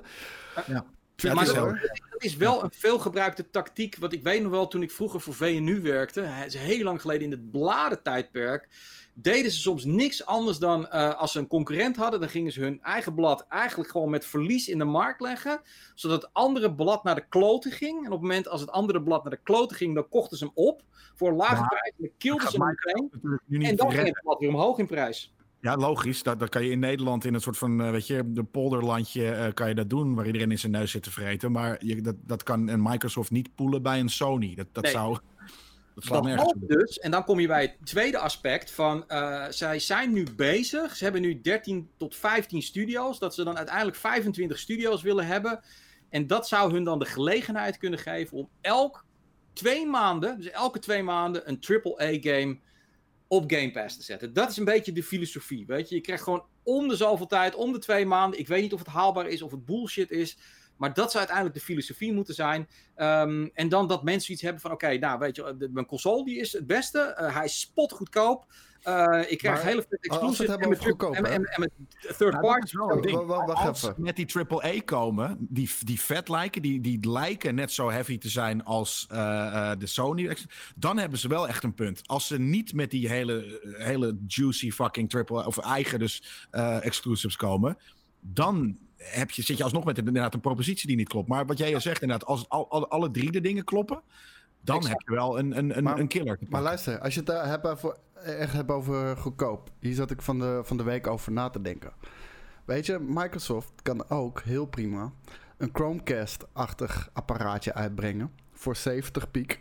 Maar dat is wel een veelgebruikte tactiek. Want ik weet nog wel, toen ik vroeger voor VNU werkte, heel lang geleden in het bladentijdperk, deden ze soms niks anders dan als ze een concurrent hadden, dan gingen ze hun eigen blad eigenlijk gewoon met verlies in de markt leggen, zodat het andere blad naar de kloten ging. En op het moment als het andere blad naar de kloten ging, dan kochten ze hem op voor een lage prijs. En dan kilden ze hem meteen. En dan ging het blad weer omhoog in prijs. Ja, logisch. Dat kan je in Nederland in een soort van, weet je, de polderlandje kan je dat doen, waar iedereen in zijn neus zit te vreten. Maar dat kan een Microsoft niet poelen bij een Sony. Dat zou... Dat slaat nergens op. Dus, en dan kom je bij het tweede aspect van, zij zijn nu bezig, ze hebben nu 13 tot 15 studio's, dat ze dan uiteindelijk 25 studio's willen hebben. En dat zou hun dan de gelegenheid kunnen geven om elke 2 maanden een AAA-game op Game Pass te zetten. Dat is een beetje de filosofie, weet je. Je krijgt gewoon om de zoveel tijd, om de 2 maanden. Ik weet niet of het haalbaar is, of het bullshit is. Maar dat zou uiteindelijk de filosofie moeten zijn. En dan dat mensen iets hebben van... Oké, nou weet je, mijn console die is het beste. Hij is spotgoedkoop. Ik krijg hele vet exclusive. En met third party. Als ze met die AAA komen, die vet lijken, die lijken net zo heavy te zijn als de Sony. Dan hebben ze wel echt een punt. Als ze niet met die hele juicy fucking AAA, of eigen dus exclusives komen, dan zit je alsnog met inderdaad een propositie die niet klopt. Maar wat jij al zegt inderdaad, als alle 3 de dingen kloppen, dan heb je wel een killer. Maar luister, als je het echt hebt over goedkoop. Hier zat ik van de week over na te denken. Weet je, Microsoft kan ook heel prima een Chromecast-achtig apparaatje uitbrengen voor 70 piek.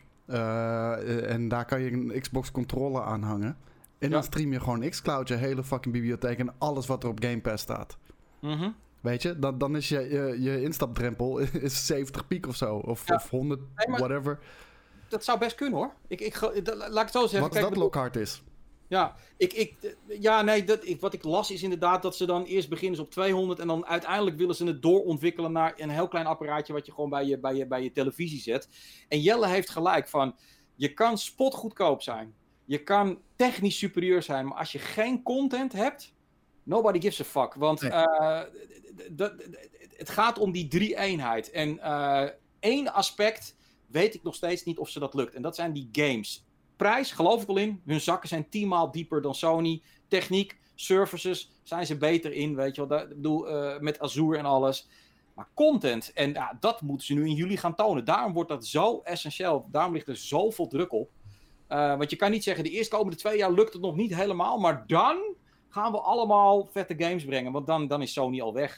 En daar kan je een Xbox controller aan hangen. En dan stream je gewoon xCloud, je hele fucking bibliotheek en alles wat er op Game Pass staat. Weet je, dan is je instapdrempel is 70 piek of zo. Of 100, whatever. Dat zou best kunnen hoor. Laat ik het zo zeggen. Wat dat Lockhart is. Ja, wat ik las is inderdaad dat ze dan eerst beginnen op 200 en dan uiteindelijk willen ze het doorontwikkelen naar een heel klein apparaatje wat je gewoon bij je televisie zet. En Jelle heeft gelijk van, je kan spotgoedkoop zijn. Je kan technisch superieur zijn, maar als je geen content hebt, nobody gives a fuck. Want het gaat om die 3-eenheid. En 1 aspect weet ik nog steeds niet of ze dat lukt. En dat zijn die games. Prijs, geloof ik wel in. Hun zakken zijn 10 maal dieper dan Sony. Techniek, services, zijn ze beter in. Weet je wel. Ik bedoel, met Azure en alles. Maar content, en dat moeten ze nu in juli gaan tonen. Daarom wordt dat zo essentieel. Daarom ligt er zoveel druk op. Want je kan niet zeggen, de eerstkomende 2 jaar lukt het nog niet helemaal. Maar dan gaan we allemaal vette games brengen. Want dan is Sony al weg.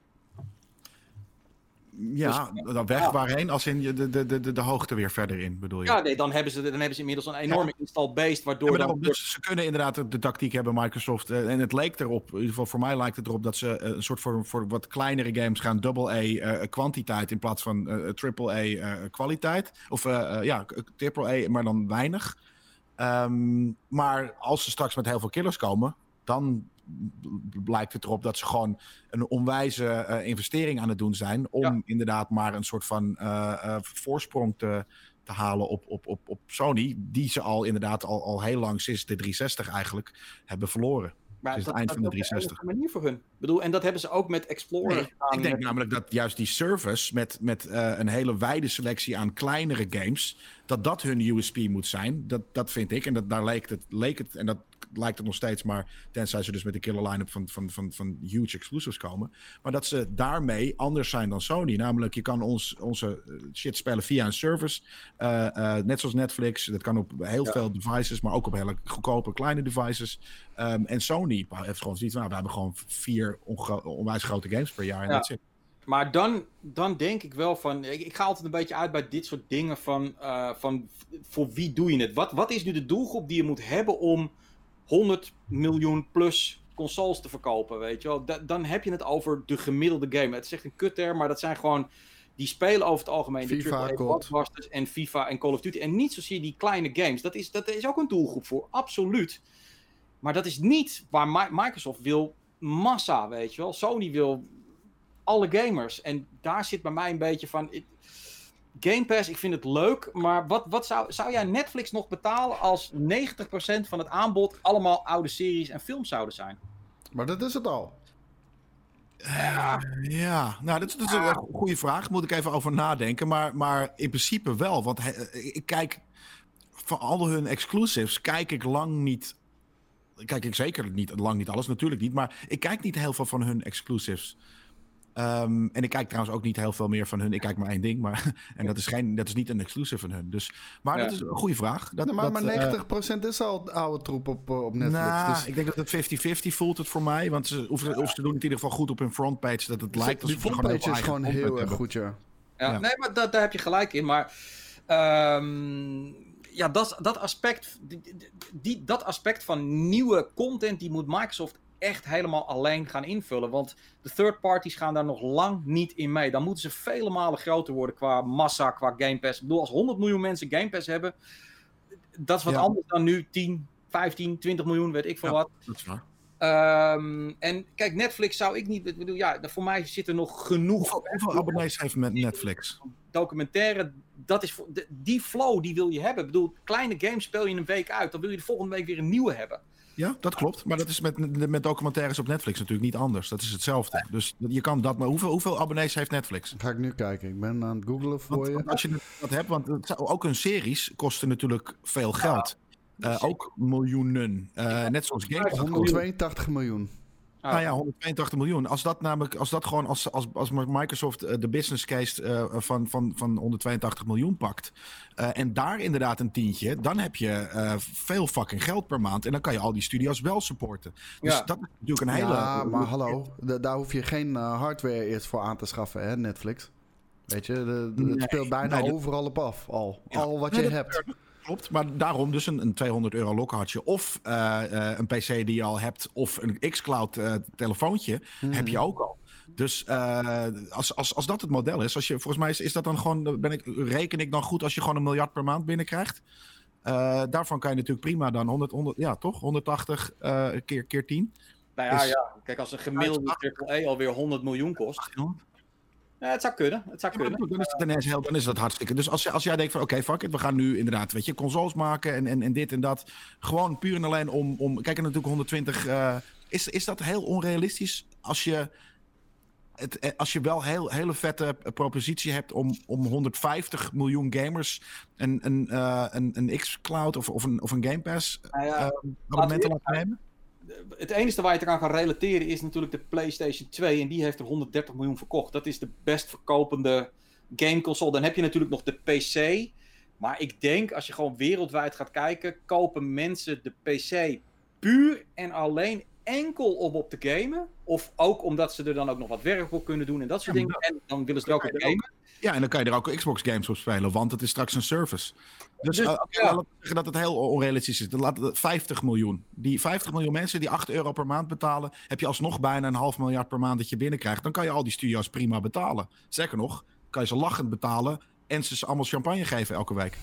Ja, dus, dan weg waarheen? Als in de hoogte weer verder in, bedoel je? Ja, nee, dan hebben ze inmiddels een enorme install base, waardoor... Ja, dus ze kunnen inderdaad de tactiek hebben, Microsoft. En het leek erop, in ieder geval voor mij lijkt het erop, dat ze een soort voor wat kleinere games gaan AA kwantiteit in plaats van AAA kwaliteit. Of AAA, maar dan weinig. Maar als ze straks met heel veel killers komen, dan blijkt het erop dat ze gewoon een onwijze investering aan het doen zijn om inderdaad maar een soort van voorsprong te halen op Sony, die ze al inderdaad al heel lang sinds de 360 eigenlijk hebben verloren. Maar het eind van de 360. Dat is een manier voor hun. Ik bedoel, en dat hebben ze ook met Explorer gedaan. Ik denk namelijk dat juist die service met een hele wijde selectie aan kleinere games, dat hun USP moet zijn. Dat vind ik. En daar leek het, en dat lijkt het nog steeds, maar tenzij ze dus met de killer line-up van huge exclusives komen. Maar dat ze daarmee anders zijn dan Sony. Namelijk, je kan onze shit spelen via een service. Net zoals Netflix. Dat kan op heel veel devices, maar ook op hele goedkope kleine devices. En Sony heeft gewoon zoiets van, we hebben gewoon 4 onwijs grote games per jaar en dat zit. Maar dan denk ik wel van... Ik ga altijd een beetje uit bij dit soort dingen van voor wie doe je het? Wat is nu de doelgroep die je moet hebben om 100 miljoen plus consoles te verkopen, weet je wel? Dan heb je het over de gemiddelde game. Het is echt een kutterm, maar dat zijn gewoon... Die spelen over het algemeen FIFA, de Blockbusters en FIFA en Call of Duty. En niet zozeer die kleine games. Dat is ook een doelgroep voor, absoluut. Maar dat is niet waar Microsoft wil massa, weet je wel. Sony wil alle gamers. En daar zit bij mij een beetje van... Game Pass, ik vind het leuk, maar wat zou jij Netflix nog betalen als 90% van het aanbod allemaal oude series en films zouden zijn? Maar dat is het al. Nou, dat is een goede vraag. Moet ik even over nadenken. Maar in principe wel. Want ik kijk van al hun exclusives, kijk ik zeker niet lang niet alles, natuurlijk niet. Maar ik kijk niet heel veel van hun exclusives. En ik kijk trouwens ook niet heel veel meer van hun. Ik kijk maar één ding. En dat is niet een exclusive van hun. Dus, maar dat is een goede vraag. Maar 90% is al oude troep op Netflix. Nou, dus... ik denk dat het 50-50 voelt het voor mij. Want of ze doen het in ieder geval goed op hun frontpage. Dat het lijkt alsof die frontpage is gewoon heel erg goed, ja. Ja. Nee, maar daar heb je gelijk in. Maar dat aspect van nieuwe content, die moet Microsoft echt helemaal alleen gaan invullen. Want de third parties gaan daar nog lang niet in mee. Dan moeten ze vele malen groter worden qua massa, qua Game Pass. Ik bedoel, als 100 miljoen mensen Game Pass hebben, dat is wat anders dan nu 10, 15, 20 miljoen, weet ik veel wat. Dat is waar. En kijk, Netflix zou ik niet... Ik bedoel, voor mij zit er nog genoeg... Hoeveel abonnees heeft met Netflix? Documentaire, dat is die flow die wil je hebben. Ik bedoel, kleine games speel je een week uit. Dan wil je de volgende week weer een nieuwe hebben. Ja, dat klopt. Maar dat is met documentaires op Netflix natuurlijk niet anders. Dat is hetzelfde. Dus je kan dat... Maar hoeveel abonnees heeft Netflix? Ga ik nu kijken. Ik ben aan het googlen voor je. Want als je dat hebt... Want ook hun series kosten natuurlijk veel geld. Ook miljoenen. Net zoals games. 182 miljoen. Nou ja, 182 miljoen. Als dat gewoon als Microsoft de business case van 182 miljoen pakt. En daar inderdaad een tientje. Dan heb je veel fucking geld per maand. En dan kan je al die studio's wel supporten. Dus dat is natuurlijk een hele... Ja, maar hallo. Daar hoef je geen hardware eerst voor aan te schaffen, hè, Netflix. Weet je, het speelt bijna overal op af. Al wat je hebt. Klopt, maar daarom dus een €200 lockhartje of een PC die je al hebt of een xCloud telefoontje heb je ook al. Dus als dat het model is, volgens mij is dat dan gewoon, reken ik dan goed als je gewoon $1 miljard per maand binnenkrijgt. Daarvan kan je natuurlijk prima dan 180 keer 10. Nou ja, kijk, als een gemiddelde AAA alweer 100 miljoen kost. Ja, het zou kunnen. Dan is dat hartstikke. Dus als jij denkt van oké, fuck it, we gaan nu inderdaad, weet je, consoles maken en dit en dat. Gewoon puur en alleen om kijk, en natuurlijk 120. Is dat heel onrealistisch als je wel hele vette propositie hebt om 150 miljoen gamers een xCloud of een Game Pass abonnement te laten nemen? Het enige waar je het aan kan relateren is natuurlijk de PlayStation 2. En die heeft er 130 miljoen verkocht. Dat is de best verkopende gameconsole. Dan heb je natuurlijk nog de PC. Maar ik denk, als je gewoon wereldwijd gaat kijken, kopen mensen de PC puur en alleen enkel om op te gamen. Of ook omdat ze er dan ook nog wat werk voor kunnen doen en dat soort dingen. En dan willen ze er ook op gamen. Ja, en dan kan je er ook Xbox games op spelen, want het is straks een service. Dus laten we zeggen dat het heel onrealistisch is. Dan laat het 50 miljoen. Die 50 miljoen mensen die €8 per maand betalen, heb je alsnog bijna $500 miljoen per maand dat je binnenkrijgt. Dan kan je al die studio's prima betalen. Zeker nog, kan je ze lachend betalen en ze allemaal champagne geven elke week.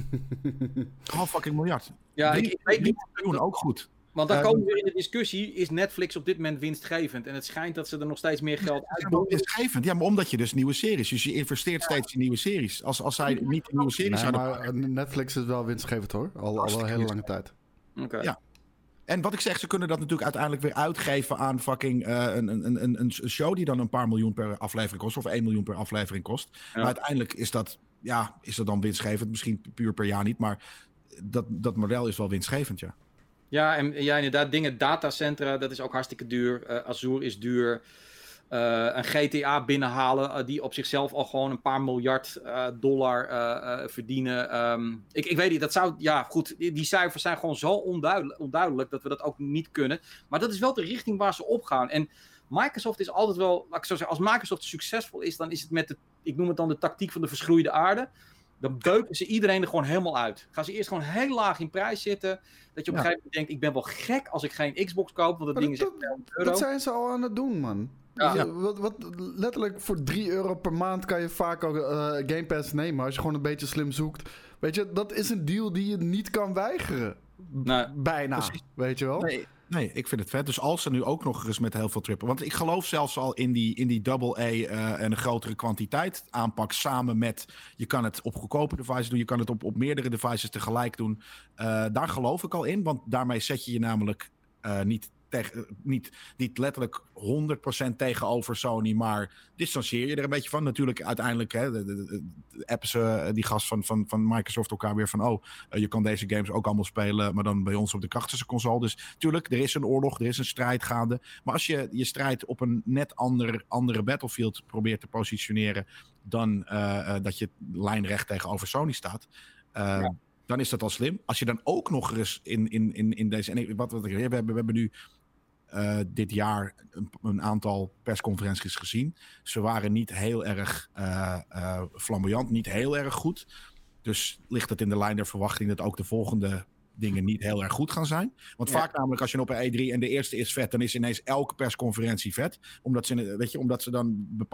$500 miljoen. Ja, ik weet niet. Miljoen ook goed. Want dan komen we weer in de discussie, is Netflix op dit moment winstgevend? En het schijnt dat ze er nog steeds meer geld uit. Winstgevend, ja, maar omdat je dus nieuwe series, dus je investeert steeds in nieuwe series. Als zij niet in nieuwe series zouden maar Netflix is wel winstgevend hoor, al een hele lange tijd. Oké. Ja. En wat ik zeg, ze kunnen dat natuurlijk uiteindelijk weer uitgeven aan fucking een show die dan een paar miljoen per aflevering kost, of 1 miljoen per aflevering kost. Ja. Maar uiteindelijk is dat dan winstgevend, misschien puur per jaar niet, maar dat model is wel winstgevend, ja. Ja, en inderdaad, datacentra, dat is ook hartstikke duur. Azure is duur. Een GTA binnenhalen, die op zichzelf al gewoon een paar miljard dollar verdienen. Ik weet niet, dat zou... Ja, goed, die cijfers zijn gewoon zo onduidelijk dat we dat ook niet kunnen. Maar dat is wel de richting waar ze op gaan. En Microsoft is altijd wel... Laat ik zo zeggen, als Microsoft succesvol is, dan is het met ik noem het dan de tactiek van de verschroeide aarde. Dan beuken ze iedereen er gewoon helemaal uit. Gaan ze eerst gewoon heel laag in prijs zitten. Dat je op een gegeven moment denkt, ik ben wel gek als ik geen Xbox koop. Want dat ding is echt €1. Dat zijn ze al aan het doen, man. Ja. Wat letterlijk voor €3 per maand kan je vaak ook Game Pass nemen. Als je gewoon een beetje slim zoekt. Weet je, dat is een deal die je niet kan weigeren. Nee. Bijna, precies. Weet je wel? Nee, ik vind het vet. Dus als ze nu ook nog eens met heel veel trippen... Want ik geloof zelfs al in die AA en een grotere kwantiteit aanpak samen met... Je kan het op goedkope devices doen. Je kan het op meerdere devices tegelijk doen. Daar geloof ik al in. Want daarmee zet je namelijk niet niet letterlijk 100% tegenover Sony, maar distancieer je er een beetje van. Natuurlijk uiteindelijk appen ze die gast van Microsoft elkaar weer van je kan deze games ook allemaal spelen, maar dan bij ons op de krachtigste console. Dus tuurlijk, er is een oorlog, er is een strijd gaande. Maar als je je strijd op een net andere Battlefield probeert te positioneren dan dat je lijnrecht tegenover Sony staat, dan is dat al slim. Als je dan ook nog eens in deze... we hebben nu dit jaar een aantal persconferenties gezien. Ze waren niet heel erg flamboyant, niet heel erg goed. Dus ligt het in de lijn der verwachting dat ook de volgende dingen niet heel erg goed gaan zijn. Want vaak namelijk als je op een E3 en de eerste is vet, dan is ineens elke persconferentie vet. Omdat ze dan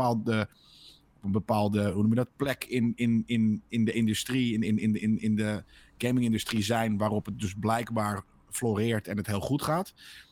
een bepaalde, hoe noem je dat, plek in de industrie, in de gaming-industrie zijn, waarop het dus blijkbaar floreert en het heel goed gaat.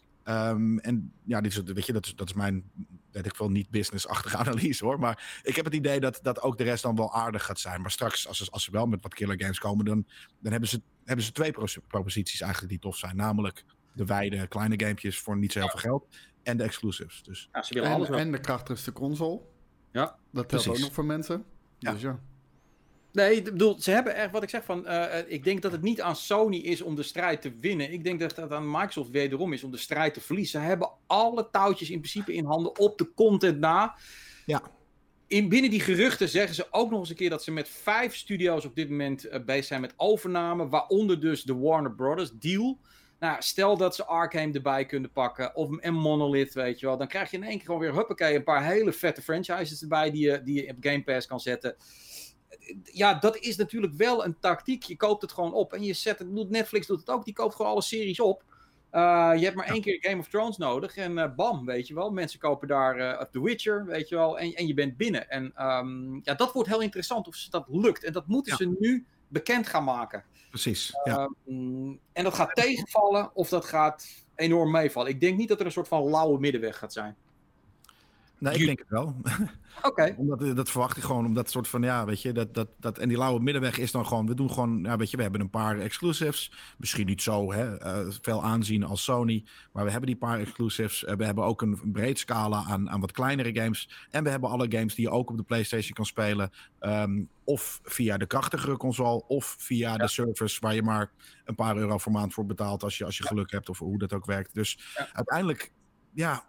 En ja, dat is mijn, weet ik wel, niet business-achtige analyse hoor. Maar ik heb het idee dat ook de rest dan wel aardig gaat zijn. Maar straks, als ze wel met wat killer games komen, dan hebben ze 2 proposities eigenlijk die tof zijn. Namelijk de wijde kleine gamepjes voor niet zo heel veel geld. En de exclusives. Dus. Ja, ze willen alles en de krachtigste console. Ja, dat telt ook nog voor mensen. Ja. Dus ja. Nee, ik bedoel, ze hebben echt, wat ik zeg van, ik denk dat het niet aan Sony is om de strijd te winnen. Ik denk dat het aan Microsoft wederom is om de strijd te verliezen. Ze hebben alle touwtjes in principe in handen op de content na. Ja. Binnen die geruchten zeggen ze ook nog eens een keer dat ze met 5 studio's op dit moment bezig zijn met overname. Waaronder dus de Warner Brothers deal. Nou, stel dat ze Arcane erbij kunnen pakken, en Monolith, weet je wel. Dan krijg je in één keer gewoon weer, huppakee, een paar hele vette franchises erbij die je op Game Pass kan zetten. Ja, dat is natuurlijk wel een tactiek. Je koopt het gewoon op en je zet het. Netflix doet het ook, die koopt gewoon alle series op. Je hebt maar 1 keer Game of Thrones nodig en bam, weet je wel. Mensen kopen daar The Witcher, weet je wel, en je bent binnen. En dat wordt heel interessant of dat lukt. En dat moeten ze nu bekend gaan maken. Precies, ja. En dat gaat tegenvallen of dat gaat enorm meevallen. Ik denk niet dat er een soort van lauwe middenweg gaat zijn. Nee, ik denk het wel. Oké. Omdat dat verwacht ik gewoon, omdat soort van, ja, weet je, dat en die lauwe middenweg is dan gewoon, we doen gewoon, ja, weet je, we hebben een paar exclusives, misschien niet zo veel aanzien als Sony, maar we hebben die paar exclusives, we hebben ook een breed scala aan wat kleinere games, en we hebben alle games die je ook op de PlayStation kan spelen, of via de krachtigere console, of via de service waar je maar een paar euro per maand voor betaalt als je geluk hebt, of hoe dat ook werkt. Dus uiteindelijk, ja,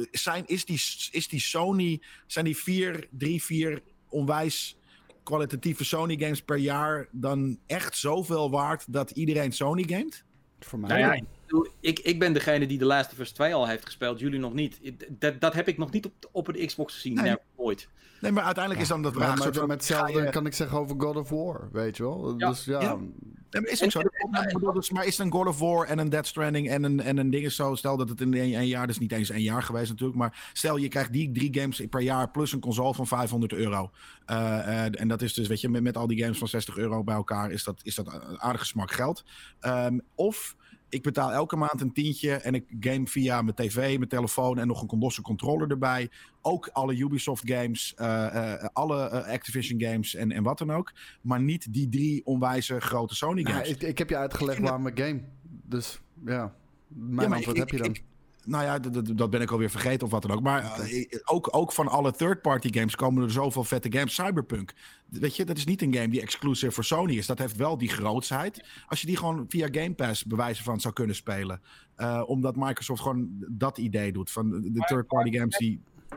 is die Sony, zijn die 4 onwijs kwalitatieve Sony games per jaar dan echt zoveel waard dat iedereen Sony gamet? Voor mij. Nou ja, ik ben degene die The Last of Us 2 al heeft gespeeld, jullie nog niet. Dat heb ik nog niet op een Xbox gezien, nee. Nooit. Nee, maar uiteindelijk is dan dat vraag. Maar met hetzelfde kan ik zeggen over God of War, weet je wel. Ja. Dus ja. Nee, maar is ook zo. Maar is het een God of War en een Death Stranding en een ding is zo. Stel dat het in 1 jaar, dus niet eens 1 jaar geweest natuurlijk. Maar stel je krijgt die 3 games per jaar plus een console van €500. En dat is dus, weet je, met al die games van €60 bij elkaar is dat een aardige smak geld. Of ik betaal elke maand een tientje en ik game via mijn tv, mijn telefoon en nog een losse controller erbij. Ook alle Ubisoft games, alle Activision games en wat dan ook. Maar niet die 3 onwijze grote Sony games. Ja, ik heb je uitgelegd waarom ik game. Dus ja, mijn antwoord heb je dan. Nou ja, dat ben ik alweer vergeten of wat dan ook. Maar ook van alle third-party games komen er zoveel vette games. Cyberpunk, weet je, dat is niet een game die exclusive voor Sony is. Dat heeft wel die grootsheid. Als je die gewoon via Game Pass bewijzen van zou kunnen spelen. Omdat Microsoft gewoon dat idee doet. Van de third-party games die...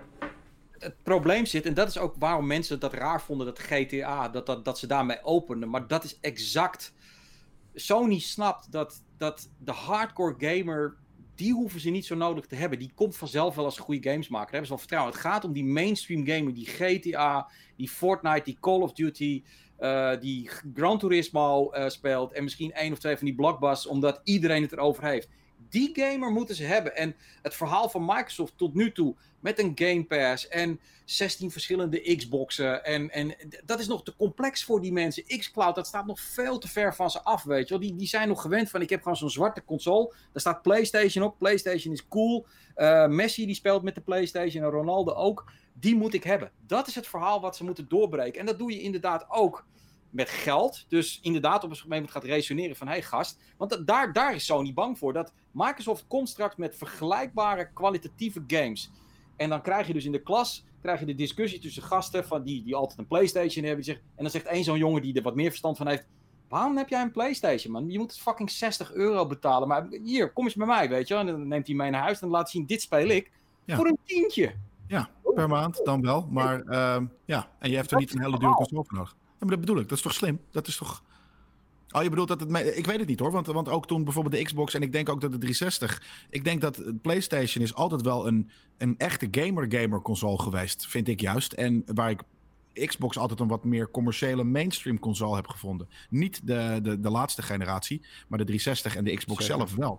Het probleem zit, en dat is ook waarom mensen dat raar vonden, dat GTA, dat ze daarmee openden. Maar dat is exact... Sony snapt dat de hardcore gamer... Die hoeven ze niet zo nodig te hebben. Die komt vanzelf wel als goede games maken. Daar hebben ze wel vertrouwen. Het gaat om die mainstream gamer. Die GTA, die Fortnite, die Call of Duty... die Gran Turismo speelt. En misschien 1 of 2 van die blockbusters. Omdat iedereen het erover heeft. Die gamer moeten ze hebben. En het verhaal van Microsoft tot nu toe... met een Game Pass en 16 verschillende Xboxen. En dat is nog te complex voor die mensen. xCloud, dat staat nog veel te ver van ze af, weet je wel. Die zijn nog gewend van, ik heb gewoon zo'n zwarte console. Daar staat PlayStation op. PlayStation is cool. Messi die speelt met de PlayStation en Ronaldo ook. Die moet ik hebben. Dat is het verhaal wat ze moeten doorbreken. En dat doe je inderdaad ook met geld. Dus inderdaad op een gegeven moment gaat resoneren van... Hé gast, want daar is Sony bang voor. Dat Microsoft komt straks met vergelijkbare kwalitatieve games. En dan krijg je dus in de klas... krijg je de discussie tussen gasten van die altijd een PlayStation hebben. En dan zegt één zo'n jongen die er wat meer verstand van heeft... Waarom heb jij een PlayStation, man? Je moet fucking €60 betalen. Maar hier, kom eens bij mij, weet je wel. En dan neemt hij mee naar huis en laat zien... Dit speel ik voor een tientje. Ja, per maand dan wel. Maar en je hebt er niet een hele dure console voor nodig. Ja, maar dat bedoel ik. Dat is toch slim? Dat is toch... Oh, je bedoelt dat het... Ik weet het niet hoor. Want ook toen bijvoorbeeld de Xbox... en ik denk ook dat de 360... Ik denk dat PlayStation is altijd wel een echte gamer console geweest. Vind ik juist. En waar ik Xbox altijd een wat meer commerciële mainstream console heb gevonden. Niet de laatste generatie. Maar de 360 en de Xbox zelf wel.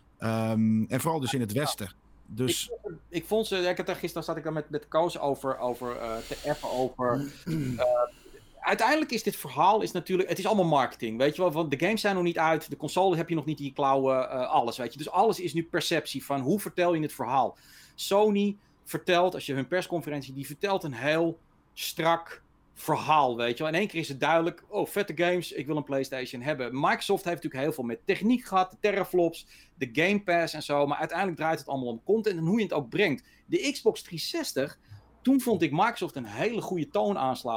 En vooral dus in het Westen. Dus... Ik vond ze... Gisteren zat ik daar met Koos over te appen over... uiteindelijk is dit verhaal natuurlijk... Het is allemaal marketing, weet je wel. Want de games zijn nog niet uit. De console heb je nog niet in je klauwen. Alles, weet je. Dus alles is nu perceptie van hoe vertel je het verhaal. Sony vertelt, als je hun persconferentie... Die vertelt een heel strak verhaal, weet je wel. In één keer is het duidelijk... Oh, vette games, ik wil een PlayStation hebben. Microsoft heeft natuurlijk heel veel met techniek gehad. De teraflops, de Game Pass en zo. Maar uiteindelijk draait het allemaal om content en hoe je het ook brengt. De Xbox 360... Toen vond ik Microsoft een hele goede toon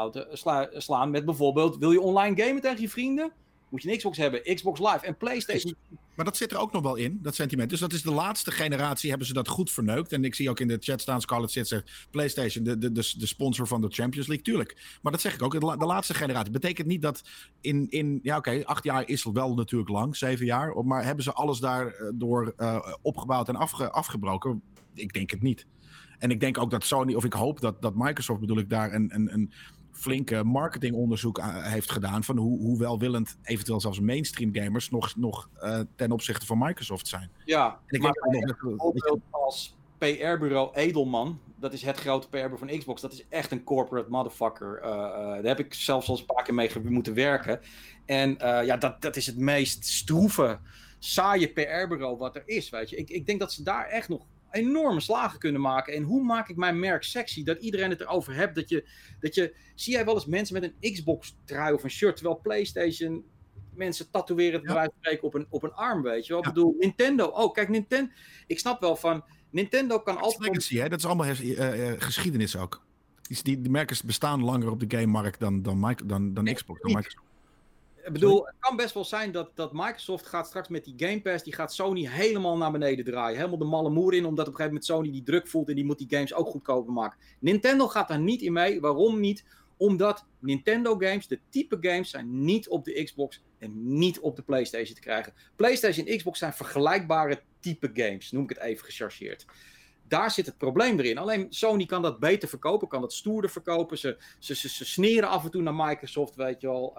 slaan met bijvoorbeeld... Wil je online gamen tegen je vrienden? Moet je een Xbox hebben, Xbox Live en PlayStation. Maar dat zit er ook nog wel in, dat sentiment. Dus dat is de laatste generatie, hebben ze dat goed verneukt. En ik zie ook in de chat staan, Scarlett zegt... PlayStation, de sponsor van de Champions League, tuurlijk. Maar dat zeg ik ook, de laatste generatie. Betekent niet dat ja oké, 8 jaar is wel natuurlijk lang, 7 jaar. Maar hebben ze alles daardoor opgebouwd en afgebroken? Ik denk het niet. En ik denk ook dat Sony, of ik hoop dat Microsoft bedoel ik daar een flinke marketingonderzoek heeft gedaan van hoe welwillend eventueel zelfs mainstream gamers nog ten opzichte van Microsoft zijn. Ja, en ik maar denk als PR-bureau Edelman, dat is het grote PR-bureau van Xbox, dat is echt een corporate motherfucker. Daar heb ik zelfs al een paar keer mee moeten werken. En dat is het meest stroeve, saaie PR-bureau wat er is, weet je. Ik denk dat ze daar echt nog enorme slagen kunnen maken. En hoe maak ik mijn merk sexy? Dat iedereen het erover hebt. Dat je zie jij wel eens mensen met een Xbox trui of een shirt, terwijl PlayStation mensen tatoeëren het bij wijze van spreken op een arm, weet je wel. Ik bedoel, Nintendo. Oh, kijk, Nintendo. Ik snap wel van, Nintendo kan altijd... Legacy, hè? Dat is allemaal geschiedenis ook. Die merken bestaan langer op de game-markt dan Xbox. Dan Microsoft. Ik bedoel, het kan best wel zijn dat Microsoft gaat straks met die Game Pass, die gaat Sony helemaal naar beneden draaien. Helemaal de malle moer in, omdat op een gegeven moment Sony die druk voelt en die moet die games ook goedkoper maken. Nintendo gaat daar niet in mee. Waarom niet? Omdat Nintendo games, de type games, zijn niet op de Xbox en niet op de PlayStation te krijgen. PlayStation en Xbox zijn vergelijkbare type games, noem ik het even gechargeerd. Daar zit het probleem erin. Alleen Sony kan dat beter verkopen, kan dat stoerder verkopen. Ze sneren af en toe naar Microsoft, weet je wel.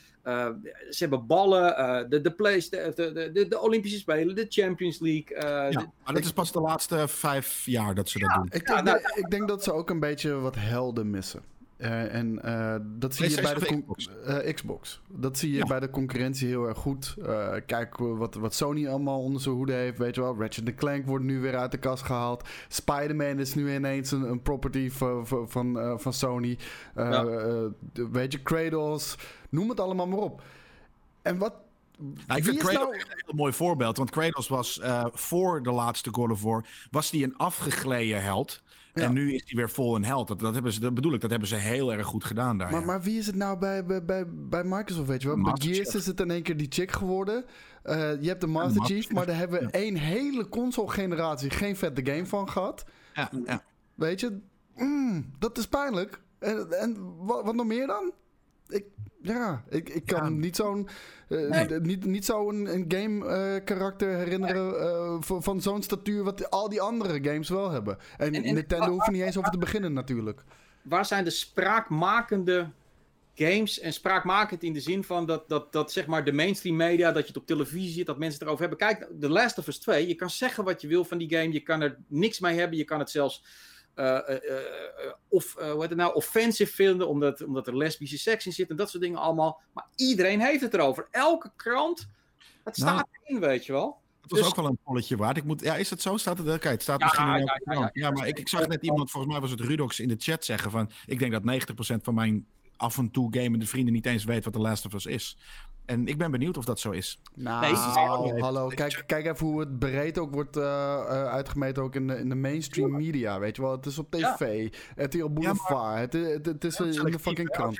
Ze hebben ballen, de Olympische Spelen, de Champions League. Maar dat is pas de laatste 5 jaar dat ze dat doen. Ik denk dat ze ook een beetje wat helden missen. Dat zie je bij de Xbox. Dat zie je bij de concurrentie heel erg goed. Kijk wat Sony allemaal onder zijn hoede heeft. Weet je wel, Ratchet & Clank wordt nu weer uit de kast gehaald. Spider-Man is nu ineens een property van Sony. Weet je, Kratos. Noem het allemaal maar op. En wat... ik vind Kratos echt een heel mooi voorbeeld. Want Kratos was voor de laatste God of War... was die een afgegleden held... Ja. En nu is hij weer vol een held. Dat hebben ze heel erg goed gedaan daar. Maar wie is het nou bij Microsoft, weet je wel? Bij Gears is het in één keer die chick geworden. Je hebt de Master Chief, maar daar hebben we één hele console-generatie geen vette game van gehad. Ja. Weet je? Dat is pijnlijk. En wat nog meer dan? Ik kan niet zo'n niet zo'n game karakter herinneren van zo'n statuur wat al die andere games wel hebben. En Nintendo hoeft er niet eens over te beginnen natuurlijk. Waar zijn de spraakmakende games? En spraakmakend in de zin van dat zeg maar de mainstream media, dat je het op televisie ziet, dat mensen het erover hebben. Kijk, The Last of Us 2, je kan zeggen wat je wil van die game, je kan er niks mee hebben, je kan het zelfs offensive vinden, omdat er lesbische seks in zit en dat soort dingen allemaal. Maar iedereen heeft het erover. Elke krant, het staat erin, weet je wel. Het was ook wel een polletje waard. Is het zo? Staat het? Kijk, het staat misschien in elke krant. Ja, maar ik zag net iemand, volgens mij was het Rudox in de chat zeggen van, ik denk dat 90% van mijn af en toe gamende vrienden niet eens weet wat The Last of Us is. En ik ben benieuwd of dat zo is. Nou, hallo. Kijk even hoe het breed ook wordt uitgemeten ook in de mainstream media, weet je wel. Het is op tv, RTL Boulevard, het is in de fucking krant.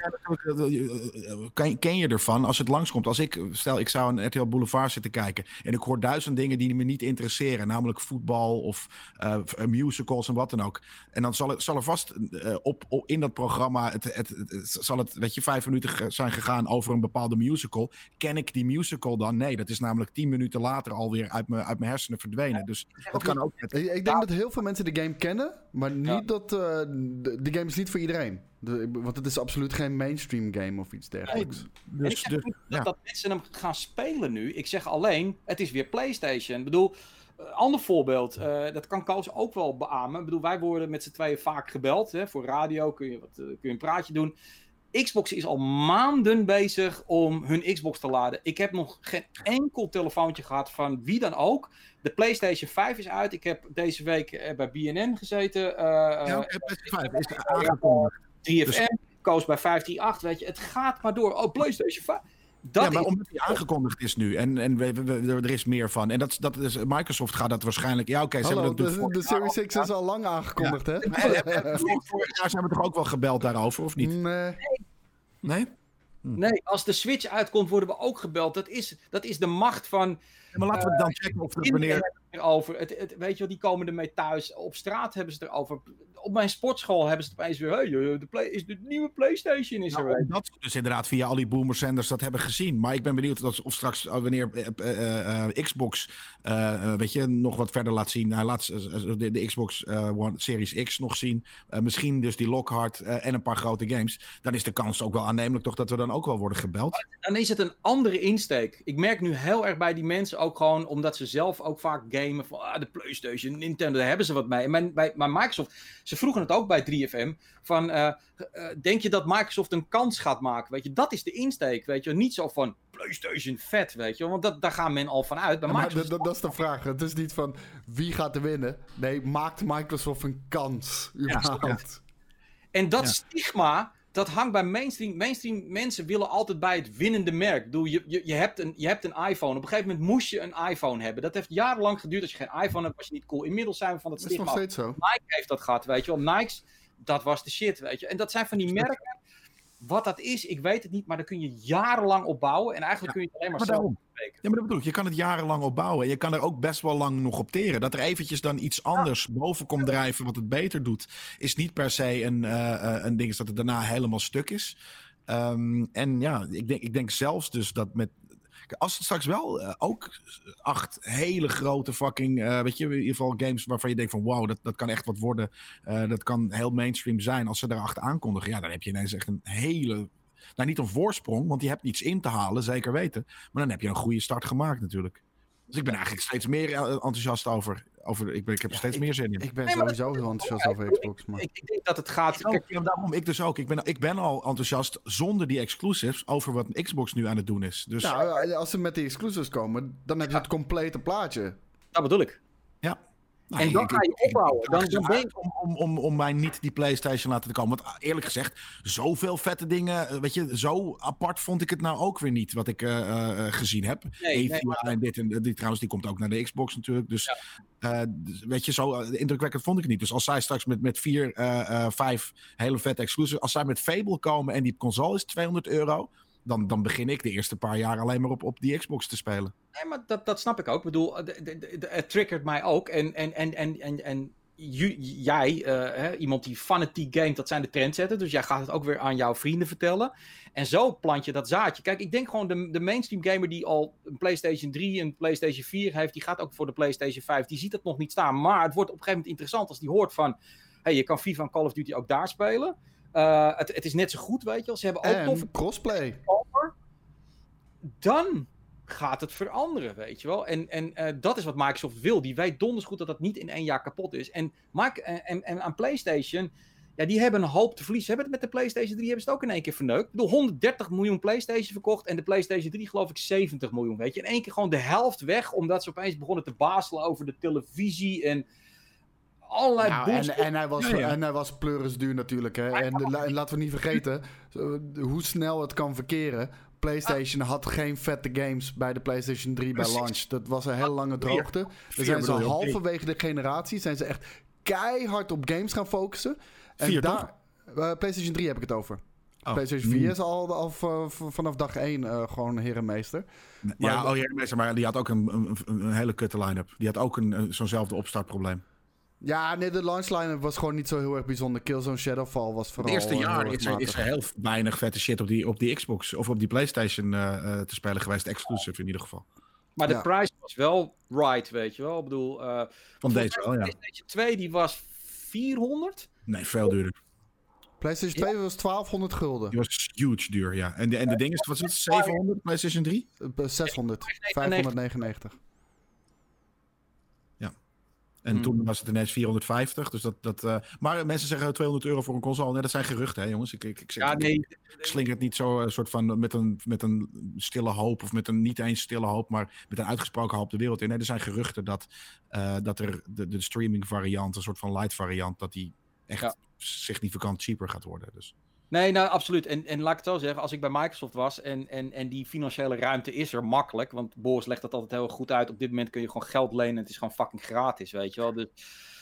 Ken je ervan als het langskomt? Als ik zou een RTL Boulevard zitten kijken en ik hoor 1000 dingen die me niet interesseren, namelijk voetbal of musicals en wat dan ook. En dan zal er vast in dat programma, zal het, weet je, 5 minuten zijn gegaan over een bepaalde musical. Ken ik die musical dan? Nee, dat is namelijk 10 minuten later alweer uit mijn hersenen verdwenen. Dus dat kan ook net. Ik denk dat heel veel mensen de game kennen, maar niet dat de game is niet voor iedereen. Want het is absoluut geen mainstream game of iets dergelijks. Nee, ik zeg niet dat mensen hem gaan spelen nu. Ik zeg alleen, het is weer PlayStation. Ik bedoel, ander voorbeeld, dat kan Koos ook wel beamen. Ik bedoel, wij worden met z'n tweeën vaak gebeld. Hè, voor radio kun je een praatje doen. Xbox is al maanden bezig om hun Xbox te laden. Ik heb nog geen enkel telefoontje gehad van wie dan ook. De PlayStation 5 is uit. Ik heb deze week bij BNN gezeten. PlayStation 5 is aangekondigd. 3FM, Koos bij 15.8. Weet je, het gaat maar door. Oh, PlayStation 5. Maar omdat die aangekondigd is nu en er is meer van. En dat is, Microsoft gaat dat waarschijnlijk. Ja, oké. De Series X is al lang aangekondigd, hè? Vorig jaar zijn we toch ook wel gebeld daarover, of niet? Nee? Nee, als de Switch uitkomt, worden we ook gebeld. Dat is de macht van. Ja, maar laten we dan checken of er wanneer. Over. Weet je wel, die komen ermee thuis. Op straat hebben ze het erover. Op mijn sportschool hebben ze het opeens weer. Is de nieuwe PlayStation is er weer. Dat dus inderdaad via al die boomers dat hebben gezien. Maar ik ben benieuwd of straks wanneer Xbox weet je, nog wat verder laat zien. Hij laat de Xbox One Series X nog zien. Misschien dus die Lockhart en een paar grote games. Dan is de kans ook wel aannemelijk toch dat we dan ook wel worden gebeld. Dan is het een andere insteek. Ik merk nu heel erg bij die mensen ook gewoon, omdat ze zelf ook vaak gamen van de PlayStation, Nintendo, daar hebben ze wat mee. En bij Microsoft, ze vroegen het ook bij 3FM, van denk je dat Microsoft een kans gaat maken? Weet je, dat is de insteek, weet je. Niet zo van PlayStation vet, weet je. Want daar gaan men al van uit. Maar dat is de vraag. Het is niet van wie gaat er winnen. Nee, maakt Microsoft een kans? Überhaupt? Ja. En dat stigma, dat hangt bij mainstream. Mainstream mensen willen altijd bij het winnende merk. Ik bedoel, je hebt een iPhone. Op een gegeven moment moest je een iPhone hebben. Dat heeft jarenlang geduurd. Als je geen iPhone hebt, was je niet cool. Inmiddels zijn we van het stigma. Dat is nog steeds zo. Nike heeft dat gehad, weet je wel. Nike's, dat was de shit, weet je. En dat zijn van die merken. Wat dat is, ik weet het niet. Maar daar kun je jarenlang op bouwen. En eigenlijk kun je het alleen maar zelf spreken. Ja, maar dat bedoel ik. Je kan het jarenlang opbouwen. En je kan er ook best wel lang nog op teren. Dat er eventjes dan iets anders boven komt drijven wat het beter doet, is niet per se een ding dat het daarna helemaal stuk is. En ja, ik denk zelfs dus dat met. Als het straks wel ook 8 hele grote fucking, weet je, in ieder geval games waarvan je denkt van wow, dat kan echt wat worden. Dat kan heel mainstream zijn. Als ze daar 8 aankondigen, ja, dan heb je ineens echt een hele, nou niet een voorsprong, want je hebt iets in te halen, zeker weten. Maar dan heb je een goede start gemaakt natuurlijk. Dus ik ben eigenlijk steeds meer enthousiast over. Ik heb er steeds meer zin in. Ik ben sowieso heel enthousiast over Xbox. Maar. Ik denk dat het gaat. Daarom ik dus ook. Ik ben al enthousiast zonder die exclusives over wat Xbox nu aan het doen is. Dus. Nou, als ze met die exclusives komen, dan heb je het complete plaatje. Dat bedoel ik. Ja. Nou, en dan ga je opbouwen. Dan ben je... om mij niet die PlayStation laten komen. Want eerlijk gezegd, zoveel vette dingen. Weet je, zo apart vond ik het nou ook weer niet. Wat ik gezien heb. En dit en die trouwens, die komt ook naar de Xbox natuurlijk. Dus weet je, zo indrukwekkend vond ik het niet. Dus als zij straks met 4, 5 hele vette exclusives. Als zij met Fable komen en die console is €200. Dan begin ik de eerste paar jaar alleen maar op die Xbox te spelen. Nee, maar dat snap ik ook. Ik bedoel, het triggert mij ook. En jij, iemand die fanatiek gamet, dat zijn de trendsetters. Dus jij gaat het ook weer aan jouw vrienden vertellen. En zo plant je dat zaadje. Kijk, ik denk gewoon de mainstream gamer die al een PlayStation 3 en een PlayStation 4 heeft, die gaat ook voor de PlayStation 5. Die ziet het nog niet staan. Maar het wordt op een gegeven moment interessant als die hoort van, hey, je kan FIFA en Call of Duty ook daar spelen. Het is net zo goed, weet je wel. Ze hebben ook toffe crossplay. Dan gaat het veranderen, weet je wel. En dat is wat Microsoft wil. Die weet donders goed dat dat niet in 1 jaar kapot is. En aan PlayStation, ja, die hebben een hoop te verliezen. Ze hebben het met de PlayStation 3 hebben ze het ook in 1 keer verneukt. Ik bedoel, 130 miljoen PlayStation verkocht en de PlayStation 3 geloof ik 70 miljoen, weet je. In 1 keer gewoon de helft weg, omdat ze opeens begonnen te bazelen over de televisie en allerlei Nou, en hij was pleurisduur natuurlijk. Hè? En laten we niet vergeten hoe snel het kan verkeren. PlayStation had geen vette games bij de PlayStation 3 bij launch. Dat was een hele lange droogte. Dan zijn ze halverwege de generatie zijn ze echt keihard op games gaan focussen. En 4, daar, PlayStation 3 heb ik het over. PlayStation 4 is al vanaf dag 1 gewoon herenmeester. Herenmeester, maar die had ook een hele kutte line-up. Die had ook zo'nzelfde opstartprobleem. Ja, nee, de launch line-up was gewoon niet zo heel erg bijzonder. Killzone Shadowfall was vooral... Het eerste jaar is er heel weinig vette shit op die Xbox of op die PlayStation te spelen geweest. Exclusive in ieder geval. Maar de prijs was wel right, weet je wel. Ik bedoel... Van deze wel, ja. PlayStation 2 die was 400? Nee, veel duurder. PlayStation 2 was 1200 gulden. Die was huge duur, ja. En de ding is, wat is het? 700 PlayStation 3? 600. 599. Ja. En toen was het ineens 450. Dus maar mensen zeggen €200 voor een console. Nee, dat zijn geruchten, hè, jongens. Ik slinger het niet zo soort van met een stille hoop. Of met een niet eens stille hoop, maar met een uitgesproken hoop de wereld in. Nee, er zijn geruchten dat er de streaming variant, een soort van light variant, dat die echt significant cheaper gaat worden. Dus. Nee, nou absoluut. En laat ik het zo zeggen, als ik bij Microsoft was en die financiële ruimte is er makkelijk, want Boris legt dat altijd heel goed uit. Op dit moment kun je gewoon geld lenen en het is gewoon fucking gratis, weet je wel. Dus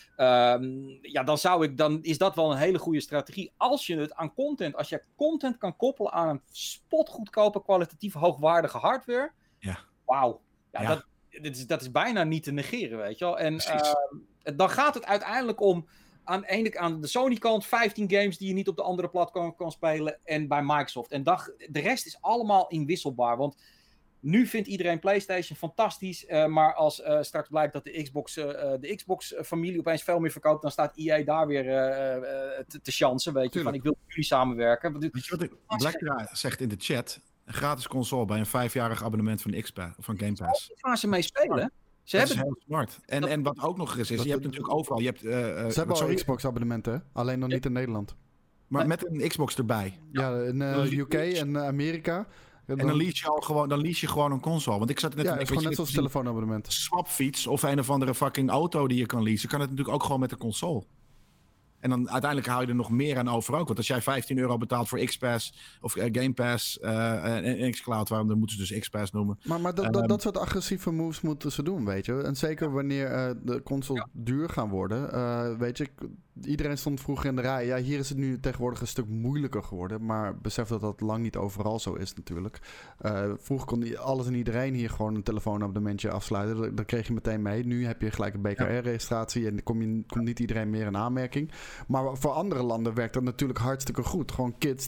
dan is dat wel een hele goede strategie. Als je het aan content, als je content kan koppelen aan een spotgoedkope, kwalitatief hoogwaardige hardware. Ja. Wauw. Ja. Dat is bijna niet te negeren, weet je wel. En dan gaat het uiteindelijk om aan de Sony-kant 15 games die je niet op de andere platform kan spelen. En bij Microsoft. En de rest is allemaal inwisselbaar. Want nu vindt iedereen PlayStation fantastisch. Maar als straks blijkt dat de Xbox-familie opeens veel meer verkoopt, dan staat EA daar weer te chansen. Weet je, van ik wil met jullie samenwerken. Weet je wat Blackra zegt in de chat? Een gratis console bij een 5-jarig abonnement van Game Pass. Daar gaan ze mee spelen. Dat is heel smart. En wat ook nog eens is, je hebt natuurlijk overal... ze hebben al Xbox-abonnementen, alleen nog niet in Nederland. Maar met een Xbox erbij. Ja, in UK en Amerika. En dan lease je gewoon een console. Want ik zat net het is gewoon net zoals een telefoonabonnement. Swapfiets of een of andere fucking auto die je kan leasen, kan het natuurlijk ook gewoon met de console. En dan uiteindelijk hou je er nog meer aan over ook. Want als jij €15 betaalt voor X-Pass of Game Pass en xCloud, waarom dan moeten ze dus X-Pass noemen. Maar dat soort agressieve moves moeten ze doen, weet je. En zeker wanneer de console duur gaan worden. Weet je, iedereen stond vroeger in de rij. Ja, hier is het nu tegenwoordig een stuk moeilijker geworden. Maar besef dat dat lang niet overal zo is natuurlijk. Vroeger kon alles en iedereen hier gewoon een telefoonabonnementje afsluiten. Dat kreeg je meteen mee. Nu heb je gelijk een BKR-registratie en komt niet iedereen meer in aanmerking. Maar voor andere landen werkt dat natuurlijk hartstikke goed. Gewoon kids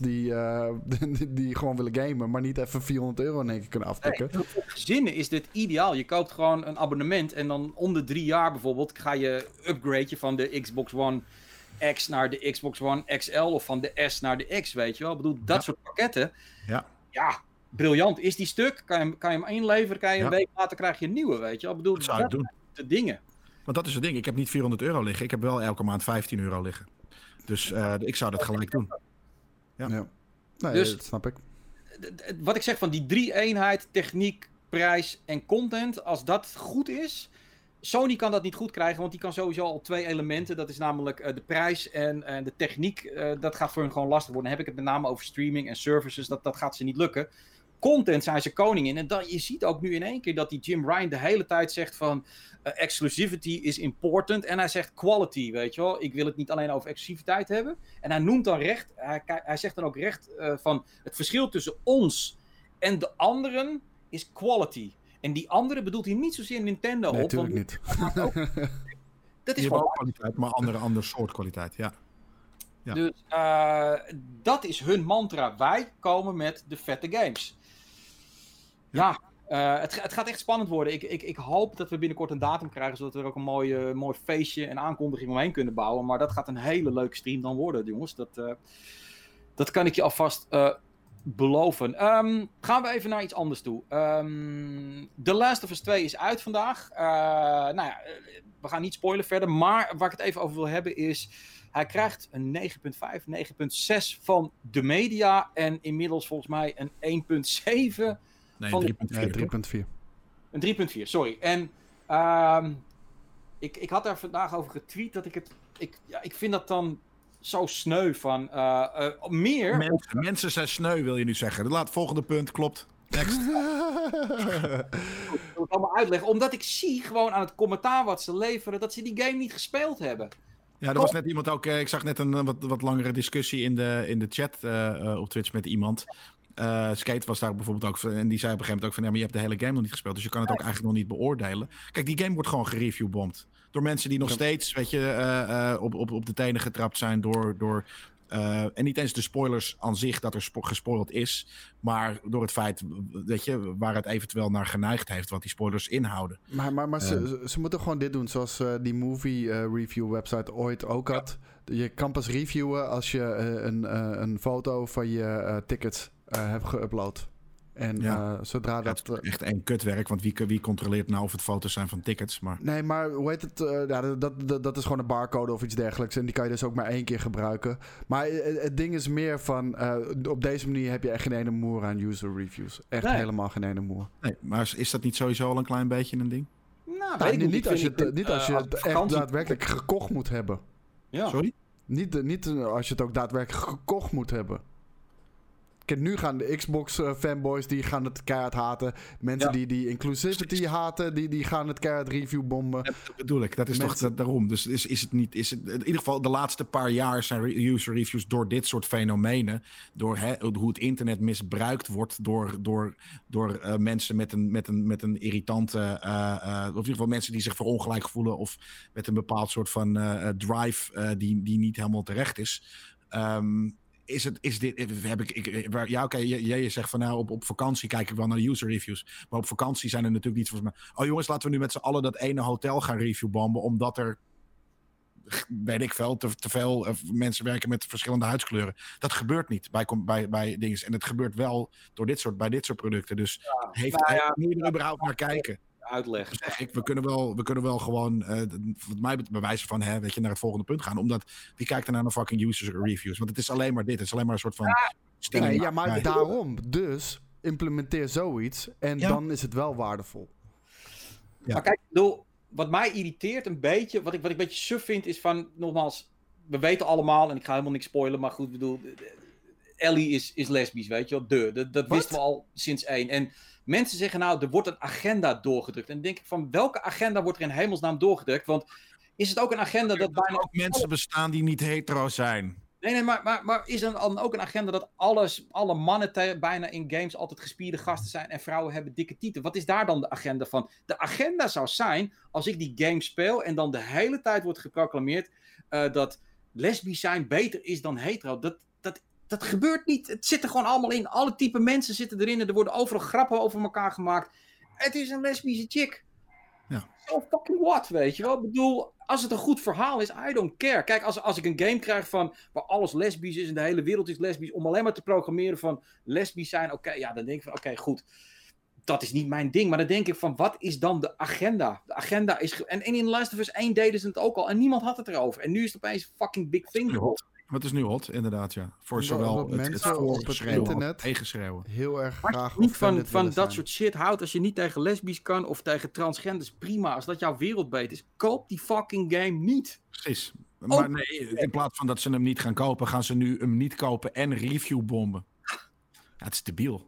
die gewoon willen gamen, maar niet even €400 in één keer kunnen aftikken. Nee, voor gezinnen is dit ideaal. Je koopt gewoon een abonnement en dan om de 3 jaar bijvoorbeeld ga je upgrade van de Xbox One X naar de Xbox One XL of van de S naar de X, weet je wel. Ik bedoel, dat soort pakketten. Ja, briljant. Is die stuk? Kan je hem inleveren? Kan je een week later krijg je een nieuwe, weet je wel. Ik bedoel, dat zou ik doen. De dingen. Want dat is het ding. Ik heb niet €400 liggen. Ik heb wel elke maand €15 liggen. Dus ik zou dat gelijk doen. Ja. Nee, dus, dat snap ik. Wat ik zeg van die 3-eenheid, techniek, prijs en content. Als dat goed is. Sony kan dat niet goed krijgen, want die kan sowieso al 2 elementen. Dat is namelijk de prijs en de techniek. Dat gaat voor hun gewoon lastig worden. Dan heb ik het met name over streaming en services. Dat gaat ze niet lukken. Content zijn ze koning in. En je ziet ook nu in één keer dat die Jim Ryan de hele tijd zegt van exclusivity is important. En hij zegt quality, weet je wel. Ik wil het niet alleen over exclusiviteit hebben. En hij noemt dan recht, hij zegt dan ook recht van het verschil tussen ons en de anderen is quality. En die andere bedoelt hij niet zozeer Nintendo op. Natuurlijk niet. Dat is gewoon ook kwaliteit, maar ander soort kwaliteit, ja. Dus dat is hun mantra. Wij komen met de vette games. Ja, het gaat echt spannend worden. Ik hoop dat we binnenkort een datum krijgen, zodat we er ook een mooi feestje en aankondiging omheen kunnen bouwen. Maar dat gaat een hele leuke stream dan worden, jongens. Dat kan ik je alvast beloven. Gaan we even naar iets anders toe. The Last of Us 2 is uit vandaag. We gaan niet spoilen verder. Maar waar ik het even over wil hebben is... Hij krijgt een 9.5, 9.6 van de media. En inmiddels volgens mij een 1.7... Nee, 3.4. Nee, 3.4. Een 3.4, sorry. En Ik had daar vandaag over getweet dat ik vind dat dan zo sneu van meer... Mensen zijn sneu, wil je nu zeggen. Laat volgende punt, klopt. Next. Ik moet het allemaal uitleggen. Omdat ik zie gewoon aan het commentaar wat ze leveren, dat ze die game niet gespeeld hebben. Ja, er was net iemand ook... ik zag net een wat langere discussie in de chat op Twitch met iemand. Skate was daar bijvoorbeeld ook... En die zei op een gegeven moment ook van... Ja, maar je hebt de hele game nog niet gespeeld. Dus je kan het ook eigenlijk nog niet beoordelen. Kijk, die game wordt gewoon gereviewbomd. Door mensen die nog steeds, weet je... op de tenen getrapt zijn door en niet eens de spoilers aan zich dat er gespoild is. Maar door het feit, weet je, waar het eventueel naar geneigd heeft. Wat die spoilers inhouden. Maar ze moeten gewoon dit doen. Zoals die movie review website ooit ook had. Je kan pas reviewen als je een foto van je tickets hebt geüpload. En zodra dat... Het is echt één kutwerk, want wie controleert nou of het foto's zijn van tickets? Maar... Nee, maar hoe heet het? Dat is gewoon een barcode of iets dergelijks. En die kan je dus ook maar 1 keer gebruiken. Maar het ding is meer van... op deze manier heb je echt geen ene moer aan user reviews. Echt helemaal geen ene moer. Nee, maar is dat niet sowieso al een klein beetje een ding? Nou, weet ik niet als je het echt daadwerkelijk gekocht moet hebben. Ja. Sorry? Niet als je het ook daadwerkelijk gekocht moet hebben. Kijk, nu gaan de Xbox-fanboys die gaan het keihard haten. Mensen die inclusivity haten, die gaan het keihard reviewbomben. Dat bedoel ik, dat is toch daarom. Dus is het niet... in ieder geval de laatste paar jaar zijn user reviews door dit soort fenomenen... door hoe het internet misbruikt wordt door mensen met een irritante... of in ieder geval mensen die zich verongelijk voelen... of met een bepaald soort van drive die niet helemaal terecht is... Jij zegt van nou op vakantie kijk ik wel naar user reviews. Maar op vakantie zijn er natuurlijk niet volgens mij... Oh jongens, laten we nu met z'n allen dat ene hotel gaan reviewbomben. Omdat er, weet ik veel, te veel mensen werken met verschillende huidskleuren. Dat gebeurt niet bij dingen. En het gebeurt wel bij dit soort producten. Dus moet je er überhaupt naar kijken. Uitleg. Dus zeg ik, we kunnen wel gewoon, wat mij bewijzen van, weet je, naar het volgende punt gaan. Omdat, wie kijkt er naar een fucking user reviews? Want het is alleen maar dit. Het is alleen maar een soort van stemming. Ja, maar daarom. Dus implementeer zoiets en dan is het wel waardevol. Ja. Maar kijk, wat mij irriteert een beetje, wat ik een beetje suf vind, is van, nogmaals, we weten allemaal, en ik ga helemaal niks spoilen, maar goed, ik bedoel, Ellie is lesbisch, weet je wel, dat wisten we al sinds 1. En mensen zeggen nou, er wordt een agenda doorgedrukt. En dan denk ik van, welke agenda wordt er in hemelsnaam doorgedrukt? Want is het ook een agenda dat bijna... ook mensen bestaan die niet hetero zijn. Nee, maar is er dan ook een agenda dat alle mannen bijna in games altijd gespierde gasten zijn en vrouwen hebben dikke tieten? Wat is daar dan de agenda van? De agenda zou zijn, als ik die game speel en dan de hele tijd wordt geproclameerd dat lesbisch zijn beter is dan hetero. Dat gebeurt niet. Het zit er gewoon allemaal in. Alle type mensen zitten erin en er worden overal grappen over elkaar gemaakt. Het is een lesbische chick. Ja. So fucking what, weet je wel? Ik bedoel, als het een goed verhaal is, I don't care. Kijk, als ik een game krijg van waar alles lesbisch is en de hele wereld is lesbisch, om alleen maar te programmeren van lesbisch zijn, dan denk ik van, oké, goed. Dat is niet mijn ding. Maar dan denk ik van, wat is dan de agenda? De agenda is... En in Last of Us 1 deden ze het ook al. En niemand had het erover. En nu is het opeens fucking big thing. Wat is nu hot, inderdaad, ja. Voor zowel mensen op het internet tegenschreeuwen. Heel erg graag niet van dat soort shit houdt. Als je niet tegen lesbisch kan of tegen transgenders, prima. Als dat jouw wereldbeet is, koop die fucking game niet. Precies. Maar nee, in plaats van dat ze hem niet gaan kopen, gaan ze nu hem niet kopen en reviewbomben. Ja, het is debiel.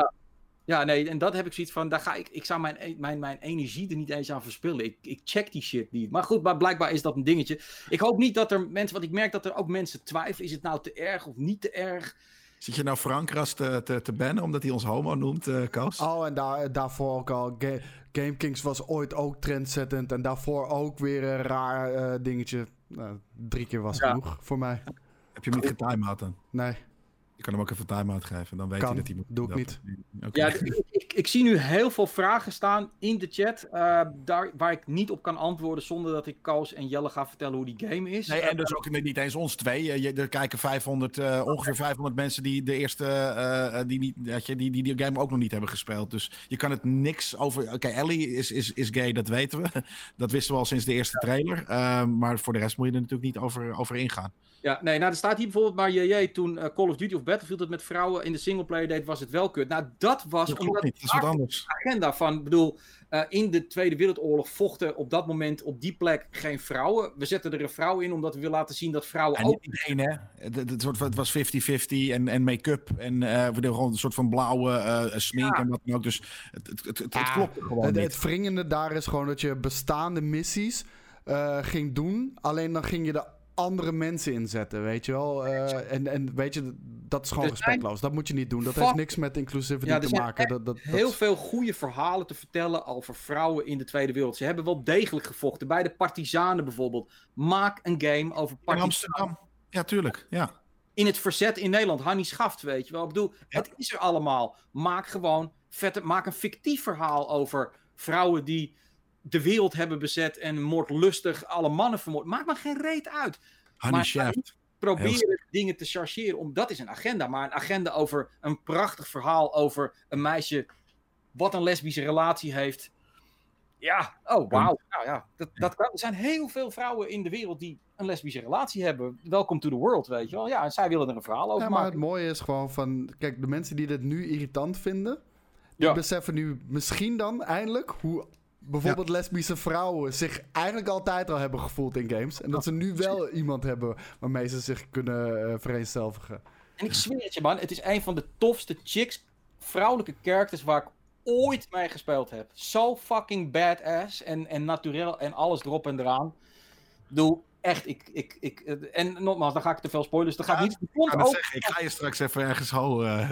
Ja, nee, en dat heb ik zoiets van, daar ik zou mijn energie er niet eens aan verspillen. Ik check die shit niet. Maar goed, maar blijkbaar is dat een dingetje. Ik hoop niet dat er mensen, want ik merk dat er ook mensen twijfelen. Is het nou te erg of niet te erg? Zit je nou Frankras te bannen omdat hij ons homo noemt, Koos? Oh, en daarvoor ook al. GameKings was ooit ook trendzettend. En daarvoor ook weer een raar dingetje. 3 keer was genoeg voor mij. Heb je hem niet getime-out dan? Nee. Je kan hem ook even time-out geven. Dan weet je dat hij moet... Doe ik niet. Okay. Ja, ik zie nu heel veel vragen staan in de chat. Waar ik niet op kan antwoorden zonder dat ik Koos en Jelle ga vertellen hoe die game is. Nee, en dus ook niet eens ons twee. Er kijken ongeveer 500 mensen die de eerste... die game ook nog niet hebben gespeeld. Dus je kan het niks over... Oké, Ellie is gay, dat weten we. Dat wisten we al sinds de eerste trailer. Maar voor de rest moet je er natuurlijk niet over ingaan. Ja, nee, nou er staat hier bijvoorbeeld maar toen Call of Duty of Battlefield het met vrouwen in de singleplayer deed, was het wel kut. Nou, dat was... Dat klopt niet. is wat anders. Agenda van, bedoel, in de Tweede Wereldoorlog vochten op dat moment op die plek geen vrouwen. We zetten er een vrouw in omdat we willen laten zien dat vrouwen En ook... niet één, hè? Het was 50-50 en make-up. En we deden gewoon een soort van blauwe smink en wat dan ook. Dus het klopt gewoon niet. Het wringende daar is gewoon dat je bestaande missies ging doen. Alleen dan ging je de andere mensen inzetten, weet je wel. En weet je, dat is gewoon respectloos. Dat moet je niet doen. Dat heeft niks met inclusivity te maken. Heel veel goede verhalen te vertellen over vrouwen in de Tweede Wereld. Ze hebben wel degelijk gevochten. Bij de partizanen bijvoorbeeld. Maak een game over partizanen. In Amsterdam. Ja, tuurlijk. Ja. In het verzet in Nederland. Hannie Schaft, weet je wel. Ik bedoel, het is er allemaal. Maak gewoon maak een fictief verhaal over vrouwen die de wereld hebben bezet en moordlustig alle mannen vermoord. Maakt maar geen reet uit. Hannie Schaft. Proberen dingen te chargeren. Dat is een agenda. Maar een agenda over een prachtig verhaal over een meisje wat een lesbische relatie heeft. Ja, oh wauw. Nou ja, dat kan. Er zijn heel veel vrouwen in de wereld die een lesbische relatie hebben. Welcome to the world, weet je wel. Ja, en zij willen er een verhaal over maar maken. Het mooie is gewoon van... Kijk, de mensen die dit nu irritant vinden... Die beseffen nu misschien dan eindelijk hoe bijvoorbeeld lesbische vrouwen zich eigenlijk altijd al hebben gevoeld in games. En dat ze nu wel iemand hebben waarmee ze zich kunnen vereenzelvigen. En ik zweer het je, man. Het is een van de tofste vrouwelijke characters waar ik ooit mee gespeeld heb. Zo fucking badass en naturel en alles erop en eraan. Echt, en nogmaals, dan ga ik te veel spoilers. Dan ga ik niet... Ik ga je straks even ergens houden.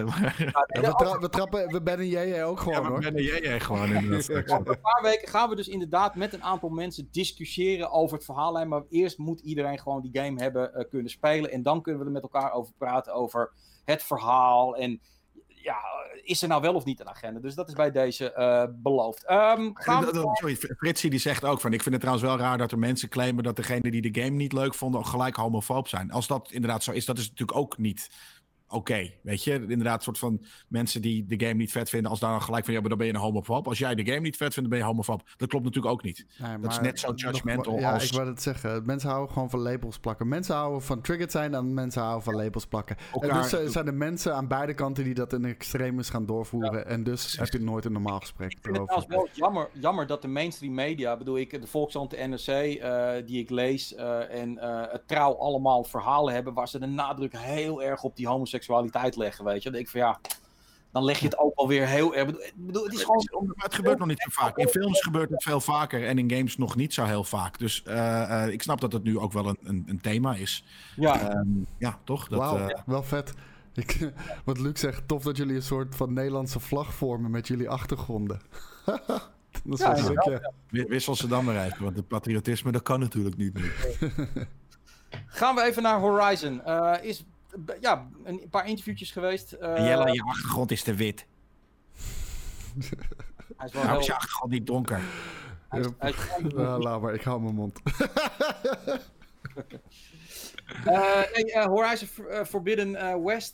We bannen JJ ook gewoon, hoor. We bannen JJ gewoon. Over een paar weken gaan we dus inderdaad met een aantal mensen discussiëren over het verhaallijn. Maar eerst moet iedereen gewoon die game hebben kunnen spelen. En dan kunnen we er met elkaar over praten over het verhaal. En ja, is er nou wel of niet een agenda? Dus dat is bij deze beloofd. Sorry, Fritsie die zegt ook van... Ik vind het trouwens wel raar dat er mensen claimen... dat degenen die de game niet leuk vonden... ook gelijk homofoob zijn. Als dat inderdaad zo is, dat is natuurlijk ook niet... Oké, weet je, inderdaad, een soort van mensen die de game niet vet vinden, als daar dan gelijk van, ja, maar dan ben je een homofoob. Als jij de game niet vet vindt, dan ben je homofoob. Dat klopt natuurlijk ook niet. Nee, dat is net zo judgmental als... ik wou het zeggen. Mensen houden gewoon van labels plakken. Mensen houden van triggered zijn en mensen houden van labels plakken. En dus zijn er mensen aan beide kanten die dat in extreems gaan doorvoeren. Ja. En dus heb je nooit een normaal gesprek erover. Het is wel jammer dat de mainstream media, bedoel ik, de Volkskrant, de NRC, die ik lees en het Trouw allemaal verhalen hebben waar ze de nadruk heel erg op die homoseksualiteit leggen, weet je. Dan denk ik van ja, dan leg je het ook alweer heel erg. Ik bedoel, het is gewoon... Maar het gebeurt nog niet zo vaak. In films gebeurt het veel vaker en in games nog niet zo heel vaak. Dus ik snap dat het nu ook wel een thema is. Ja, ja toch? Wauw, wel vet. Wat Luc zegt, tof dat jullie een soort van Nederlandse vlag vormen met jullie achtergronden. Dat is wel sick, ja. Wissel ze dan maar uit, want het patriotisme, dat kan natuurlijk niet meer. Gaan we even naar Horizon. Is een paar interviewtjes geweest. Jelle, je achtergrond is te wit. Hij is wel nou is je achtergrond niet donker. Laat maar, ik hou mijn mond. Horizon Forbidden West.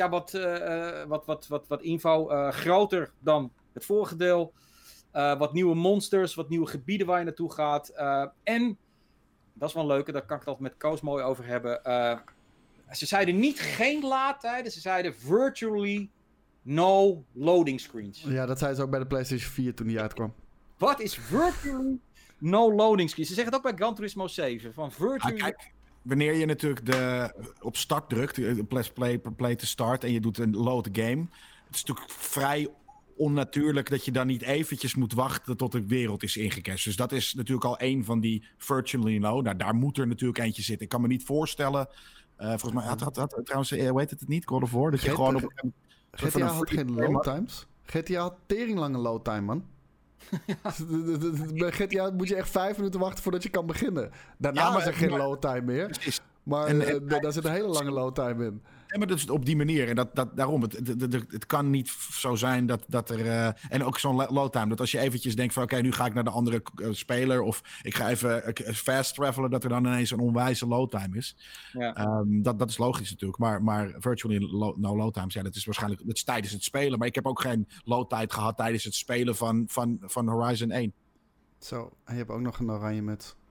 Wat info. Groter dan het vorige deel. Wat nieuwe monsters, wat nieuwe gebieden waar je naartoe gaat. En, dat is wel leuk, daar kan ik het altijd met Koos mooi over hebben. Ze zeiden niet geen laadtijden, ze zeiden virtually no loading screens. Ja, dat zeiden ze ook bij de PlayStation 4 toen die uitkwam. Wat is virtually no loading screens? Ze zeggen het ook bij Gran Turismo 7. Van virtually... Kijk, wanneer je natuurlijk op start drukt, play to start, en je doet een load game. Het is natuurlijk vrij onnatuurlijk dat je dan niet eventjes moet wachten tot de wereld is ingecashed. Dus dat is natuurlijk al één van die virtually no. Nou, daar moet er natuurlijk eentje zitten. Ik kan me niet voorstellen... volgens mij had trouwens, weet het niet, God of War, dat je gewoon op... GTA had geen load times. GTA had teringlange load time, man. Bij GTA moet je echt 5 minuten wachten voordat je kan beginnen. Daarna is er geen load time meer. Precies. Maar daar zit een hele lange load time in. Ja, maar dus op die manier. En daarom, het kan niet zo zijn dat er... en ook zo'n load time. Dat als je eventjes denkt van... Oké, nu ga ik naar de andere speler. Of ik ga even fast travelen. Dat er dan ineens een onwijze load time is. Ja. Dat is logisch natuurlijk. Maar virtually no load times. Ja, dat is waarschijnlijk dat is tijdens het spelen. Maar ik heb ook geen load tijd gehad tijdens het spelen van Horizon 1. Zo, en je hebt ook nog een oranje muts.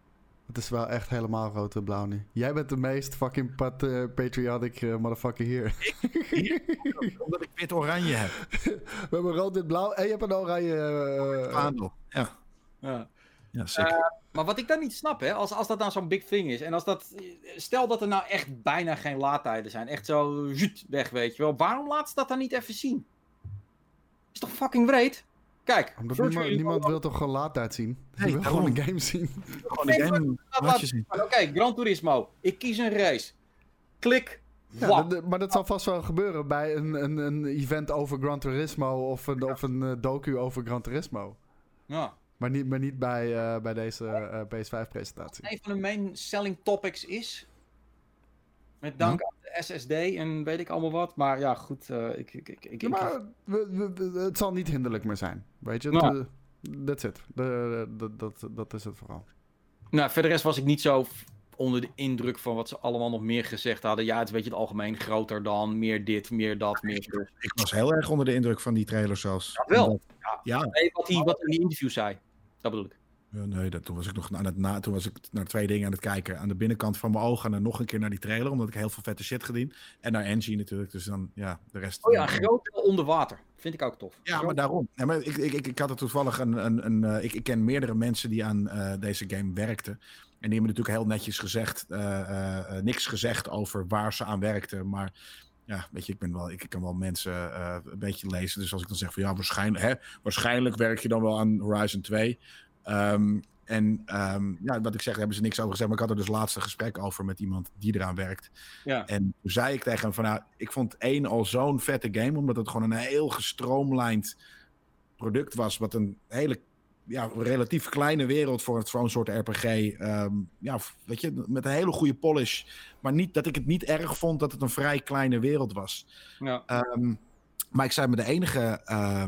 Het is wel echt helemaal rood en blauw nu. Jij bent de meest fucking patriotic motherfucker hier. Omdat ik wit-oranje heb. We hebben rood, wit, blauw en je hebt een oranje... Vaandel. Ja. Ja, zeker. Maar wat ik dan niet snap, hè, als dat nou zo'n big thing is. En als dat. Stel dat er nou echt bijna geen laadtijden zijn. Echt zo weg, weet je wel. Waarom laat ze dat dan niet even zien? Is toch fucking wreed? Kijk. Omdat niemand wil toch gewoon laadtijd zien? Nee, Je wil gewoon een game zien. Gewoon een game laat zien. Oké, Gran Turismo. Ik kies een race. Klik. Ja, maar dat zal vast wel gebeuren bij een event over Gran Turismo of een docu over Gran Turismo. Ja. Maar niet bij deze PS5-presentatie. Een van de main selling topics is. Met dank aan de SSD en weet ik allemaal wat. Maar ja, goed. Maar het zal niet hinderlijk meer zijn. Weet je? Nou. That's it. Dat is het vooral. Nou, verder rest was ik niet zo onder de indruk van wat ze allemaal nog meer gezegd hadden. Ja, het is weet je het algemeen groter dan, meer dit, meer dat, meer zus. Ik was heel erg onder de indruk van die trailer zelfs. Dat wel. Ja. Nee, wat hij in die interview zei. Dat bedoel ik. Nee, toen was ik nog toen was ik naar 2 dingen aan het kijken. Aan de binnenkant van mijn ogen en nog een keer naar die trailer, omdat ik heel veel vette shit gedien. En naar Angie natuurlijk, dus dan ja, de rest. Oh ja, groot onder water. Vind ik ook tof. Ja, maar daarom. Ja, maar ik had er toevallig ik ken meerdere mensen die aan deze game werkten. En die hebben natuurlijk heel netjes gezegd, niks gezegd over waar ze aan werkten. Maar ja, weet je, ik kan wel mensen een beetje lezen. Dus als ik dan zeg van ja, waarschijnlijk werk je dan wel aan Horizon 2. Ja, wat ik zeg, daar hebben ze niks over gezegd. Maar ik had er dus laatst een gesprek over met iemand die eraan werkt. Ja. En toen zei ik tegen hem van nou, ik vond 1 al zo'n vette game. Omdat het gewoon een heel gestroomlijnd product was. Wat een hele relatief kleine wereld voor zo'n soort RPG. Weet je, met een hele goede polish. Maar niet dat ik het niet erg vond dat het een vrij kleine wereld was. Ja. Maar ik zei me de enige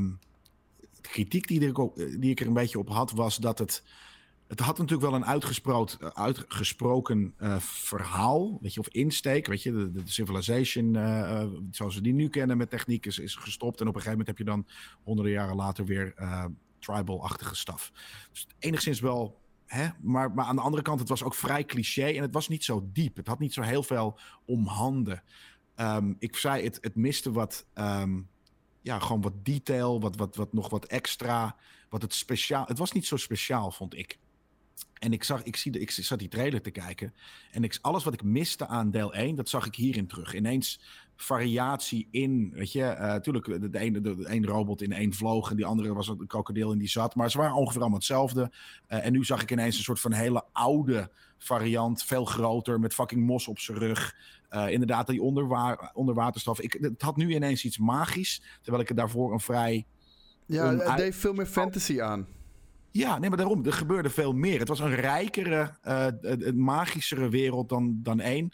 kritiek die ik er een beetje op had, was dat het had natuurlijk wel een uitgesproken verhaal, weet je, of insteek. Weet je, de Civilization, zoals we die nu kennen met techniek, is gestopt. En op een gegeven moment heb je dan honderden jaren later weer tribal-achtige staf. Dus enigszins wel, maar aan de andere kant, het was ook vrij cliché en het was niet zo diep. Het had niet zo heel veel om handen. Ik zei, het miste wat, gewoon wat detail, wat nog wat extra, wat het speciaal. Het was niet zo speciaal, vond ik. En ik zat die trailer te kijken. En alles wat ik miste aan deel 1, dat zag ik hierin terug. Ineens variatie in, weet je. Natuurlijk, de ene robot in 1 vloog en die andere was een krokodil in die zat. Maar ze waren ongeveer allemaal hetzelfde. En nu zag ik ineens een soort van hele oude variant. Veel groter, met fucking mos op zijn rug. Inderdaad, die onderwaterstaf. Het had nu ineens iets magisch. Terwijl ik het daarvoor een vrij... Ja, het deed veel meer fantasy aan. Ja, nee, maar daarom, er gebeurde veel meer. Het was een rijkere, een magischere wereld dan 1.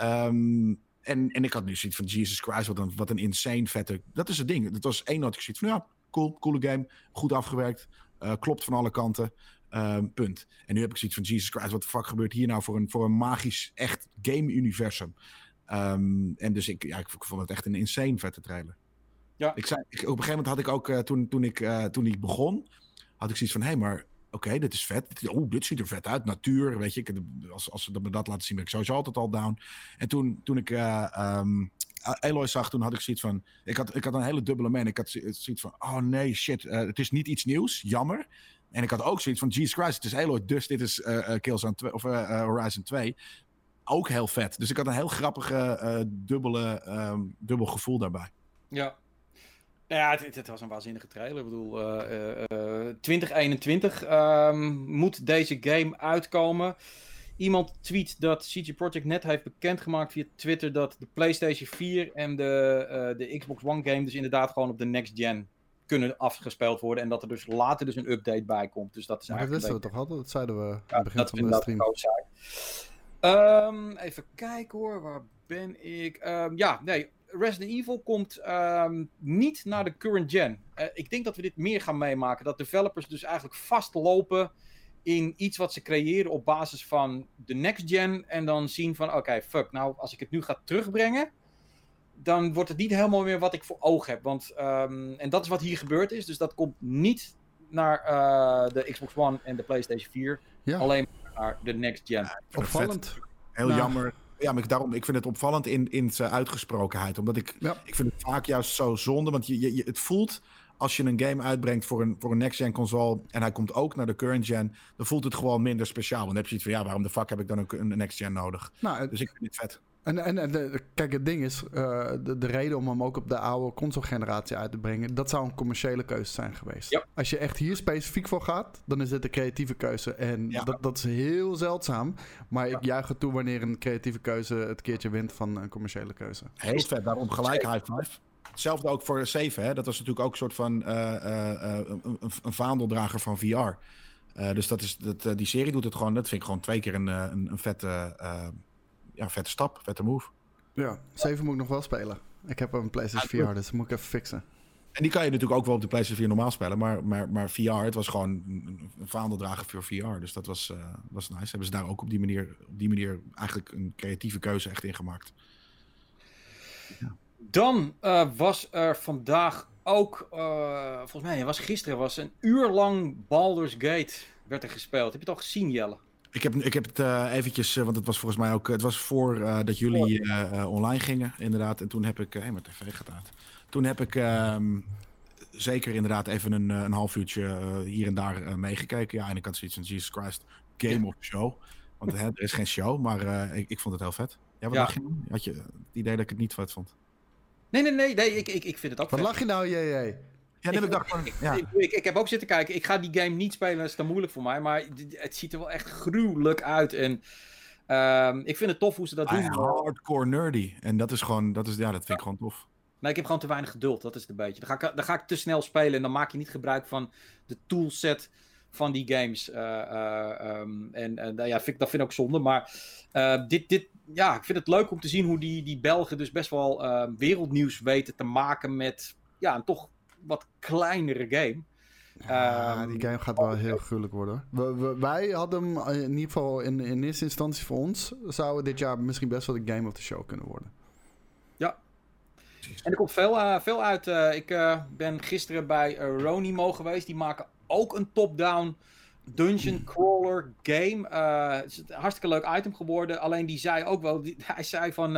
En ik had nu zoiets van, Jesus Christ, wat een insane vette... Dat is het ding. Het was 1 noot. Ik zoiets van, ja, coole game. Goed afgewerkt. Klopt van alle kanten. Punt. En nu heb ik zoiets van, Jesus Christ, wat de fuck gebeurt hier nou voor een magisch, echt game-universum? En dus ik vond het echt een insane vette trailer. Ja. Op een gegeven moment had ik ook, toen ik begon... had ik zoiets van, maar oké, dit is vet. Dit ziet er vet uit. Natuur, weet je. Als ze me dat laten zien, ben ik sowieso altijd al down. En toen ik Aloy zag, toen had ik zoiets van... Ik had een hele dubbele mening. Ik had zoiets van, oh nee, shit. Het is niet iets nieuws. Jammer. En ik had ook zoiets van, Jesus Christ, het is Aloy. Dus dit is Killzone 2, of Horizon 2. Ook heel vet. Dus ik had een heel grappige dubbel gevoel daarbij. Ja. Ja, het was een waanzinnige trailer. Ik bedoel, 2021 moet deze game uitkomen. Iemand tweet dat CG Projekt net heeft bekendgemaakt via Twitter dat de PlayStation 4 en de Xbox One game dus inderdaad gewoon op de next gen kunnen afgespeeld worden. En dat er dus later een update bij komt. Dus dat is eigenlijk... Dat wisten we toch al? Dat zeiden we aan het begin van de stream. Even kijken hoor, waar ben ik? Resident Evil komt niet naar de current gen. Ik denk dat we dit meer gaan meemaken. Dat developers dus eigenlijk vastlopen in iets wat ze creëren op basis van de next gen. En dan zien van, oké, fuck, nou als ik het nu ga terugbrengen, dan wordt het niet helemaal meer wat ik voor ogen heb. Want, en dat is wat hier gebeurd is. Dus dat komt niet naar de Xbox One en de PlayStation 4. Ja. Alleen naar de next gen. Opvallend. Heel jammer. Ja, maar ik vind het opvallend in zijn uitgesprokenheid. Omdat ik vind het vaak juist zo zonde. Want het voelt, als je een game uitbrengt voor een next-gen console en hij komt ook naar de current-gen, dan voelt het gewoon minder speciaal. Want dan heb je iets van, waarom de fuck heb ik dan een next-gen nodig? Nou, dus ik vind het vet. Kijk, het ding is, de reden om hem ook op de oude console-generatie uit te brengen, dat zou een commerciële keuze zijn geweest. Ja. Als je echt hier specifiek voor gaat, dan is dit een creatieve keuze. En dat is heel zeldzaam. Maar ik juich het toe wanneer een creatieve keuze het keertje wint van een commerciële keuze. Heel vet, daarom gelijk high five. Hetzelfde ook voor 7, hè? Dat was natuurlijk ook een soort van een vaandeldrager van VR. Dus die serie doet het gewoon, dat vind ik gewoon 2 keer een vette stap, vette move. Ja, 7 moet ik nog wel spelen. Ik heb een PlayStation VR, dus dat moet ik even fixen. En die kan je natuurlijk ook wel op de PlayStation 4 normaal spelen, maar VR, het was gewoon een vaandeldrager voor VR. Dus dat was nice. Hebben ze daar ook op die manier eigenlijk een creatieve keuze echt in gemaakt. Ja. Dan was er vandaag ook, volgens mij gisteren een uur lang Baldur's Gate werd er gespeeld. Heb je het al gezien, Jelle? Ik heb het eventjes, want het was volgens mij ook, het was voor dat jullie online gingen, inderdaad. En toen heb ik, mijn tv gaat uit. Toen heb ik zeker inderdaad even een half uurtje hier en daar meegekeken. Ja, en ik had zoiets van, Jesus Christ, game of show. Want er is geen show, maar ik vond het heel vet. Ja, wat dacht je? Had je het idee dat ik het niet vet vond? Nee, ik vind het ook wat vet. Lach je nou, jee? Ja, ik dacht van, ik heb ook zitten kijken. Ik ga die game niet spelen, dat is te moeilijk voor mij. Maar het ziet er wel echt gruwelijk uit. En ik vind het tof hoe ze dat doen. Hardcore nerdy. En dat vind ik gewoon tof. Nee, ik heb gewoon te weinig geduld. Dat is het een beetje. Dan ga ik te snel spelen en dan maak je niet gebruik van de toolset van die games. Dat vind ik ook zonde. Maar ik vind het leuk om te zien hoe die Belgen dus best wel wereldnieuws weten te maken met een toch wat kleinere game. Ja, die game gaat wel heel gruwelijk worden. Wij hadden hem in ieder geval in eerste instantie voor ons, zouden dit jaar misschien best wel de game of the show kunnen worden. Ja. En er komt veel uit. Ik ben gisteren bij Ronimo geweest. Die maken ook een top-down dungeon crawler game. Het is een hartstikke leuk item geworden. Alleen die zei ook wel, hij zei van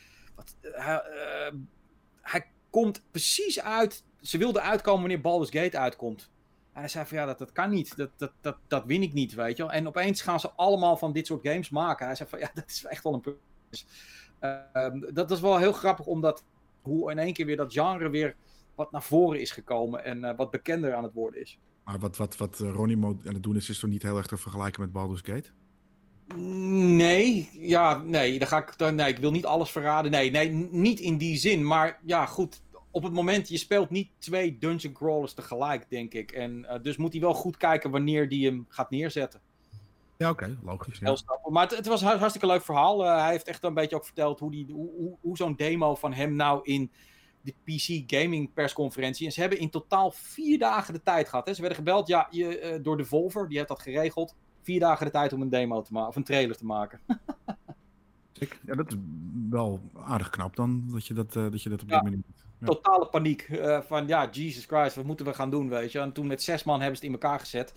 hij komt precies uit. Ze wilden uitkomen wanneer Baldur's Gate uitkomt. En hij zei van dat kan niet. Dat win ik niet, weet je wel. En opeens gaan ze allemaal van dit soort games maken. Hij zei van dat is echt wel een punt. Dat is wel heel grappig, omdat hoe in één keer weer dat genre weer wat naar voren is gekomen en wat bekender aan het worden is. Maar wat Ronimo aan het doen is toch niet heel erg te vergelijken met Baldur's Gate? Nee, ik wil niet alles verraden. Nee, niet in die zin. Maar ja, goed. Op het moment, je speelt niet 2 dungeon crawlers tegelijk, denk ik. En dus moet hij wel goed kijken wanneer die hem gaat neerzetten. Ja, oké, logisch. Ja. Heel snel. Maar het was een hartstikke leuk verhaal. Hij heeft echt een beetje ook verteld hoe zo'n demo van hem nou in de PC Gaming persconferentie. En ze hebben in totaal 4 dagen de tijd gehad. Hè. Ze werden gebeld door Devolver, die heeft dat geregeld. 4 dagen de tijd om een demo te maken, of een trailer te maken. Ja, dat is wel aardig knap dan, dat je dat op die manier doet. Ja. Totale paniek. Van Jesus Christ, wat moeten we gaan doen, weet je. En toen met 6 man hebben ze het in elkaar gezet.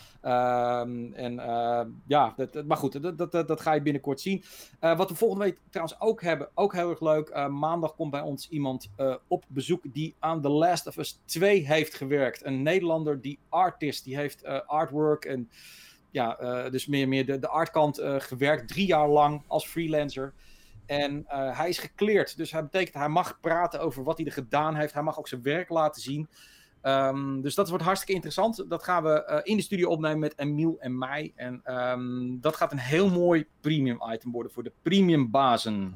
Maar goed, dat ga je binnenkort zien. Wat we volgende week trouwens ook hebben, ook heel erg leuk. Maandag komt bij ons iemand op bezoek die aan The Last of Us 2 heeft gewerkt. Een Nederlander, die artist, die heeft artwork en dus meer de artkant gewerkt. 3 jaar lang als freelancer. En hij is gecleared, dus dat betekent hij mag praten over wat hij er gedaan heeft. Hij mag ook zijn werk laten zien. Dus dat wordt hartstikke interessant. Dat gaan we in de studio opnemen met Emiel en mij. En dat gaat een heel mooi premium item worden voor de premium bazen.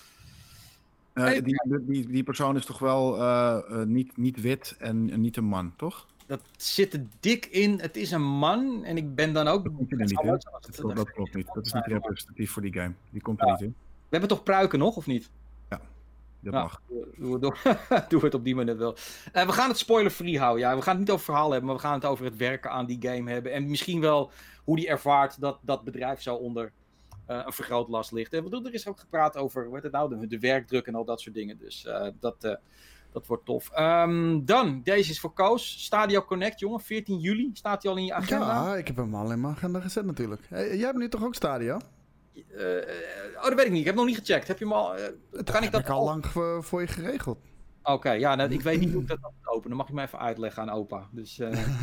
Die persoon is toch wel niet wit en niet een man, toch? Dat zit er dik in. Het is een man en ik ben dan ook... Dat klopt niet. Dat is niet representatief voor die game. Die komt er niet in. We hebben toch pruiken nog, of niet? Ja, dat mag. Doe het op die manier wel. We gaan het spoiler-free houden. Ja. We gaan het niet over verhaal hebben, maar we gaan het over het werken aan die game hebben. En misschien wel hoe die ervaart dat dat bedrijf zo onder een vergrootglas ligt. Er is ook gepraat over de werkdruk en al dat soort dingen. Dus dat Dat wordt tof. Dan, deze is voor Koos. Stadio Connect, jongen. 14 juli. Staat hij al in je agenda? Ja, ik heb hem al in mijn agenda gezet natuurlijk. Hey, jij hebt nu toch ook Stadio? Dat weet ik niet. Ik heb nog niet gecheckt. Heb je hem al... Kan ik dat al lang voor je geregeld? Oké, ja, ik weet niet hoe ik dat moet openen. Dan mag je me even uitleggen aan opa. Dus,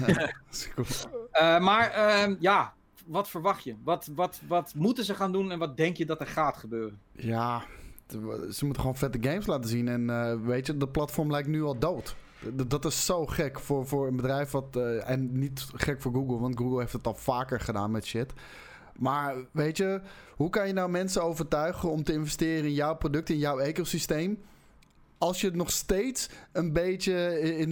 ja, wat verwacht je? Wat moeten ze gaan doen en wat denk je dat er gaat gebeuren? Ja, ze moeten gewoon vette games laten zien. En weet je, de platform lijkt nu al dood. Dat is zo gek voor een bedrijf wat... en niet gek voor Google, want Google heeft het al vaker gedaan met shit. Maar weet je, hoe kan je nou mensen overtuigen om te investeren in jouw product, in jouw ecosysteem, als je het nog steeds een beetje in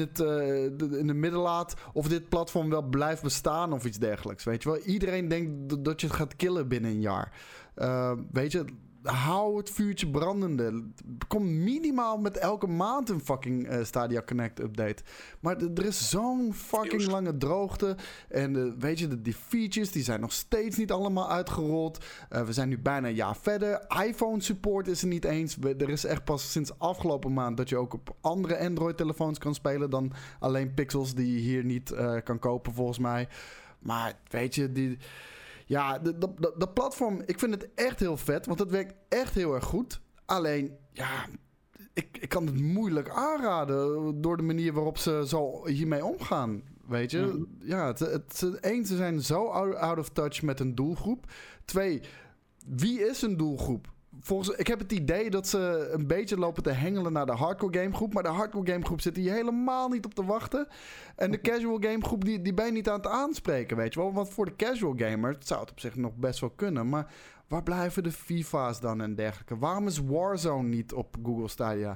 de midden laat of dit platform wel blijft bestaan of iets dergelijks, weet je wel? Iedereen denkt dat je het gaat killen binnen een jaar. Weet je, hou het vuurtje brandende. Kom minimaal met elke maand een fucking Stadia Connect update. Maar er is zo'n fucking lange droogte. En weet je, die features die zijn nog steeds niet allemaal uitgerold. We zijn nu bijna een jaar verder. iPhone support is er niet eens. Er is echt pas sinds afgelopen maand dat je ook op andere Android telefoons kan spelen dan alleen Pixels die je hier niet kan kopen volgens mij. Maar weet je, ja, dat platform, ik vind het echt heel vet, want het werkt echt heel erg goed. Alleen, ja, ik kan het moeilijk aanraden door de manier waarop ze zo hiermee omgaan, weet je. Mm-hmm. Ja, één, ze zijn zo out of touch met een doelgroep. 2, wie is een doelgroep? Ik heb het idee dat ze een beetje lopen te hengelen naar de hardcore gamegroep. Maar de hardcore gamegroep zit hier helemaal niet op te wachten. En de casual gamegroep, die ben je niet aan het aanspreken, weet je wel. Want voor de casual gamer zou het op zich nog best wel kunnen. Maar waar blijven de FIFA's dan en dergelijke? Waarom is Warzone niet op Google Stadia?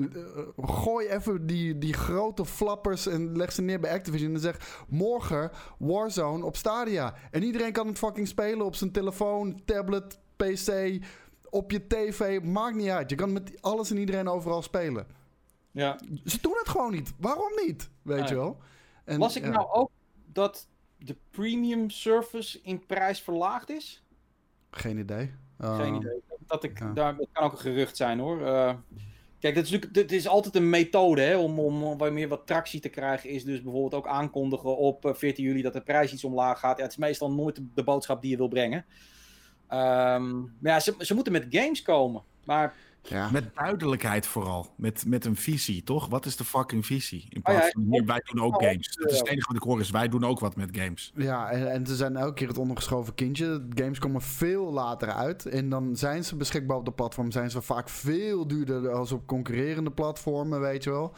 Gooi even die grote flappers en leg ze neer bij Activision en zeg morgen Warzone op Stadia. En iedereen kan het fucking spelen op zijn telefoon, tablet, PC, op je tv, maakt niet uit. Je kan met alles en iedereen overal spelen. Ja. Ze doen het gewoon niet. Waarom niet? Weet je wel? En, las ik nou ook dat de premium service in prijs verlaagd is? Geen idee. Geen idee. Dat kan ook een gerucht zijn, hoor. Kijk, dit is altijd een methode, hè, om meer wat tractie te krijgen. Is dus bijvoorbeeld ook aankondigen op 14 juli dat de prijs iets omlaag gaat. Ja, het is meestal nooit de boodschap die je wil brengen. Maar ja, ze moeten met games komen. Maar ja. Met duidelijkheid vooral. Met een visie, toch? Wat is de fucking visie? In plaats van hier, wij doen ook games. Dat is het enige wat ik hoor is, wij doen ook wat met games. Ja, en ze zijn elke keer het ondergeschoven kindje. Games komen veel later uit. En dan zijn ze beschikbaar op de platform. Zijn ze vaak veel duurder als op concurrerende platformen, weet je wel.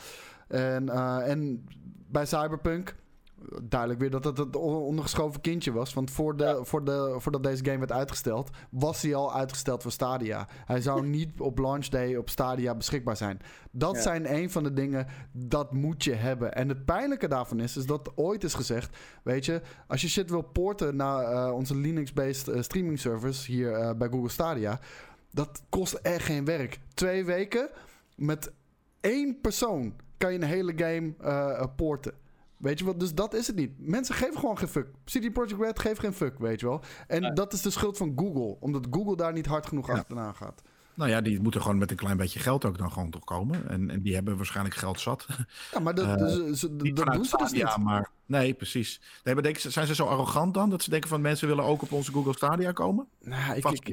En bij Cyberpunk, duidelijk weer dat het het ondergeschoven kindje was. Want voordat deze game werd uitgesteld, was hij al uitgesteld voor Stadia. Hij zou niet op launch day op Stadia beschikbaar zijn. Dat zijn een van de dingen, dat moet je hebben. En het pijnlijke daarvan is dat ooit is gezegd, weet je, als je shit wil porten naar onze Linux-based streaming service hier bij Google Stadia, dat kost echt geen werk. 2 weken met 1 persoon kan je een hele game porten. Weet je wel, dus dat is het niet. Mensen geven gewoon geen fuck. CD Projekt Red geeft geen fuck, weet je wel. En dat is de schuld van Google. Omdat Google daar niet hard genoeg achteraan gaat. Nou ja, die moeten gewoon met een klein beetje geld ook dan gewoon toch komen. En die hebben waarschijnlijk geld zat. Ja, maar dat doen ze dus niet. Ja, maar nee, precies. Nee, maar zijn ze zo arrogant dan? Dat ze denken van mensen willen ook op onze Google Stadia komen? Nou,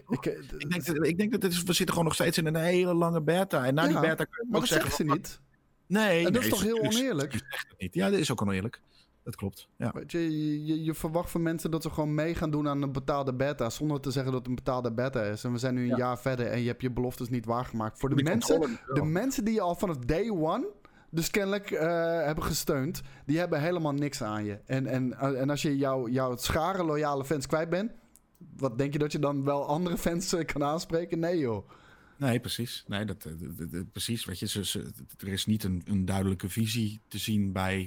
ik denk dat we zitten gewoon nog steeds in een hele lange beta. En na die beta kun je ook zeggen ze niet. Nee, en dat is toch heel oneerlijk? Niet. Ja, dat is ook oneerlijk. Dat klopt. Ja. Weet je verwacht van mensen dat ze gewoon mee gaan doen aan een betaalde beta, zonder te zeggen dat het een betaalde beta is. En we zijn nu een jaar verder en je hebt je beloftes niet waargemaakt. Voor de mensen die je al vanaf day one dus kennelijk hebben gesteund, die hebben helemaal niks aan je. En als je jouw schare loyale fans kwijt bent, wat denk je dat je dan wel andere fans kan aanspreken? Nee, joh. Nee, precies. Nee, precies. Weet je, er is niet een duidelijke visie te zien bij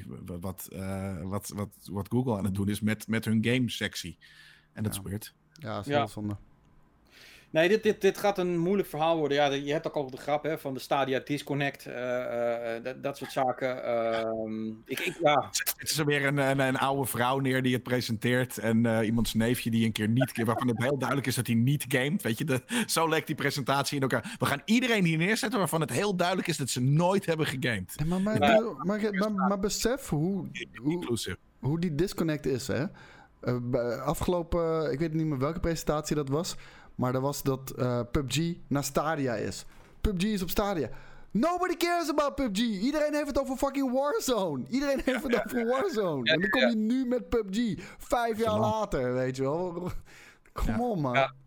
wat Google aan het doen is met hun game-sectie. En dat is weird. Ja, dat is heel zonde. Nee, dit gaat een moeilijk verhaal worden. Ja, je hebt ook al de grap hè, van de Stadia Disconnect. Dat soort zaken. Ja. Het is er weer een oude vrouw neer die het presenteert. En iemands neefje die een keer niet... waarvan het heel duidelijk is dat hij niet gamet. Weet je, zo lekt die presentatie in elkaar. We gaan iedereen hier neerzetten waarvan het heel duidelijk is dat ze nooit hebben gegamed. Maar besef hoe die disconnect is, hè? Afgelopen... Ik weet niet meer welke presentatie dat was... Maar dat was dat PUBG naar Stadia is. PUBG is op Stadia. Nobody cares about PUBG. Iedereen heeft het over fucking Warzone. Iedereen heeft het over Warzone. En dan kom je nu met PUBG. 5 jaar later, weet je wel. Come on, man. Ja.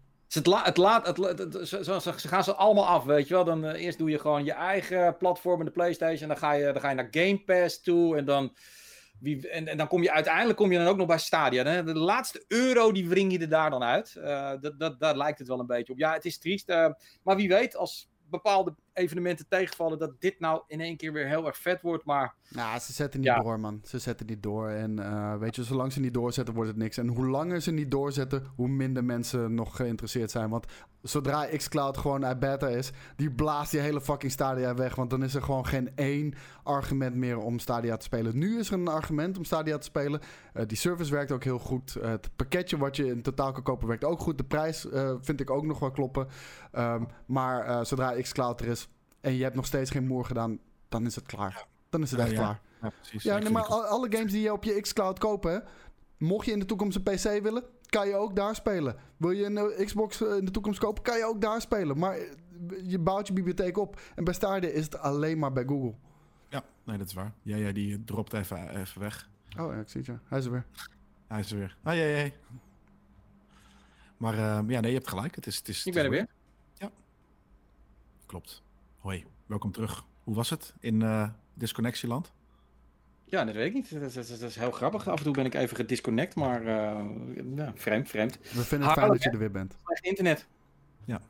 Ze gaan ze allemaal af, weet je wel. Dan eerst doe je gewoon je eigen platform in de PlayStation. En dan ga je naar Game Pass toe. En dan... En dan kom je uiteindelijk dan ook nog bij Stadia. De laatste euro die wring je er daar dan uit. Daar lijkt het wel een beetje op. Ja, het is triest. Maar wie weet, als bepaalde evenementen tegenvallen, dat dit nou in één keer weer heel erg vet wordt. Maar nou, ze zetten niet door, man. Ze zetten niet door. En weet je, zolang ze niet doorzetten, wordt het niks. En hoe langer ze niet doorzetten, hoe minder mensen nog geïnteresseerd zijn. Want zodra xCloud gewoon uit beta is, die blaast die hele fucking Stadia weg. Want dan is er gewoon geen één argument meer om Stadia te spelen. Nu is er een argument om Stadia te spelen. Die service werkt ook heel goed. Het pakketje wat je in totaal kan kopen werkt ook goed. De prijs vind ik ook nog wel kloppen. Maar zodra xCloud er is en je hebt nog steeds geen moer gedaan, dan is het klaar. Dan is het echt klaar. Ja, precies. Ja, nee, maar alle games die je op je xCloud koopt, hè, mocht je in de toekomst een PC willen, kan je ook daar spelen. Wil je een Xbox in de toekomst kopen, kan je ook daar spelen. Maar je bouwt je bibliotheek op. En bij Stadia is het alleen maar bij Google. Ja, nee, dat is waar. Ja, die dropt even weg. Oh ja, ik zie het, ja. Hij is er weer. Hij is er weer. Ah, ja. Maar ja, nee, je hebt gelijk. Ik ben er weer. Ja. Klopt. Hoi, welkom terug. Hoe was het in Disconnectieland? Ja, dat weet ik niet. Dat is heel grappig. Af en toe ben ik even gedisconnect, maar ja, vreemd. We vinden het fijn dat je er weer bent. Slecht internet. Ja.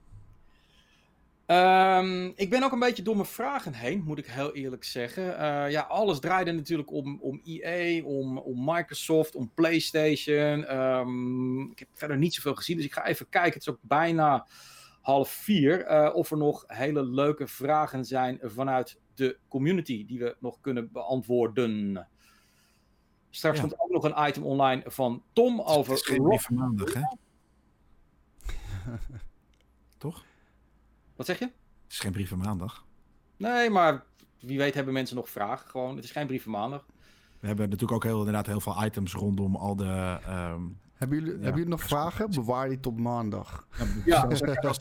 Ik ben ook een beetje door mijn vragen heen, moet ik heel eerlijk zeggen. Ja, alles draaide natuurlijk om EA, om Microsoft, om PlayStation. Ik heb verder niet zoveel gezien, dus ik ga even kijken. Het is ook bijna 3:30. Of er nog hele leuke vragen zijn vanuit de community die we nog kunnen beantwoorden. Straks komt ook nog een item online van Tom over... Het is geen brief van maandag, hè? Toch? Wat zeg je? Het is geen brief van maandag. Nee, maar wie weet hebben mensen nog vragen. Gewoon, het is geen brief van maandag. We hebben natuurlijk ook inderdaad heel veel items rondom al de... Hebben jullie nog vragen? Bewaar die tot maandag. Ja,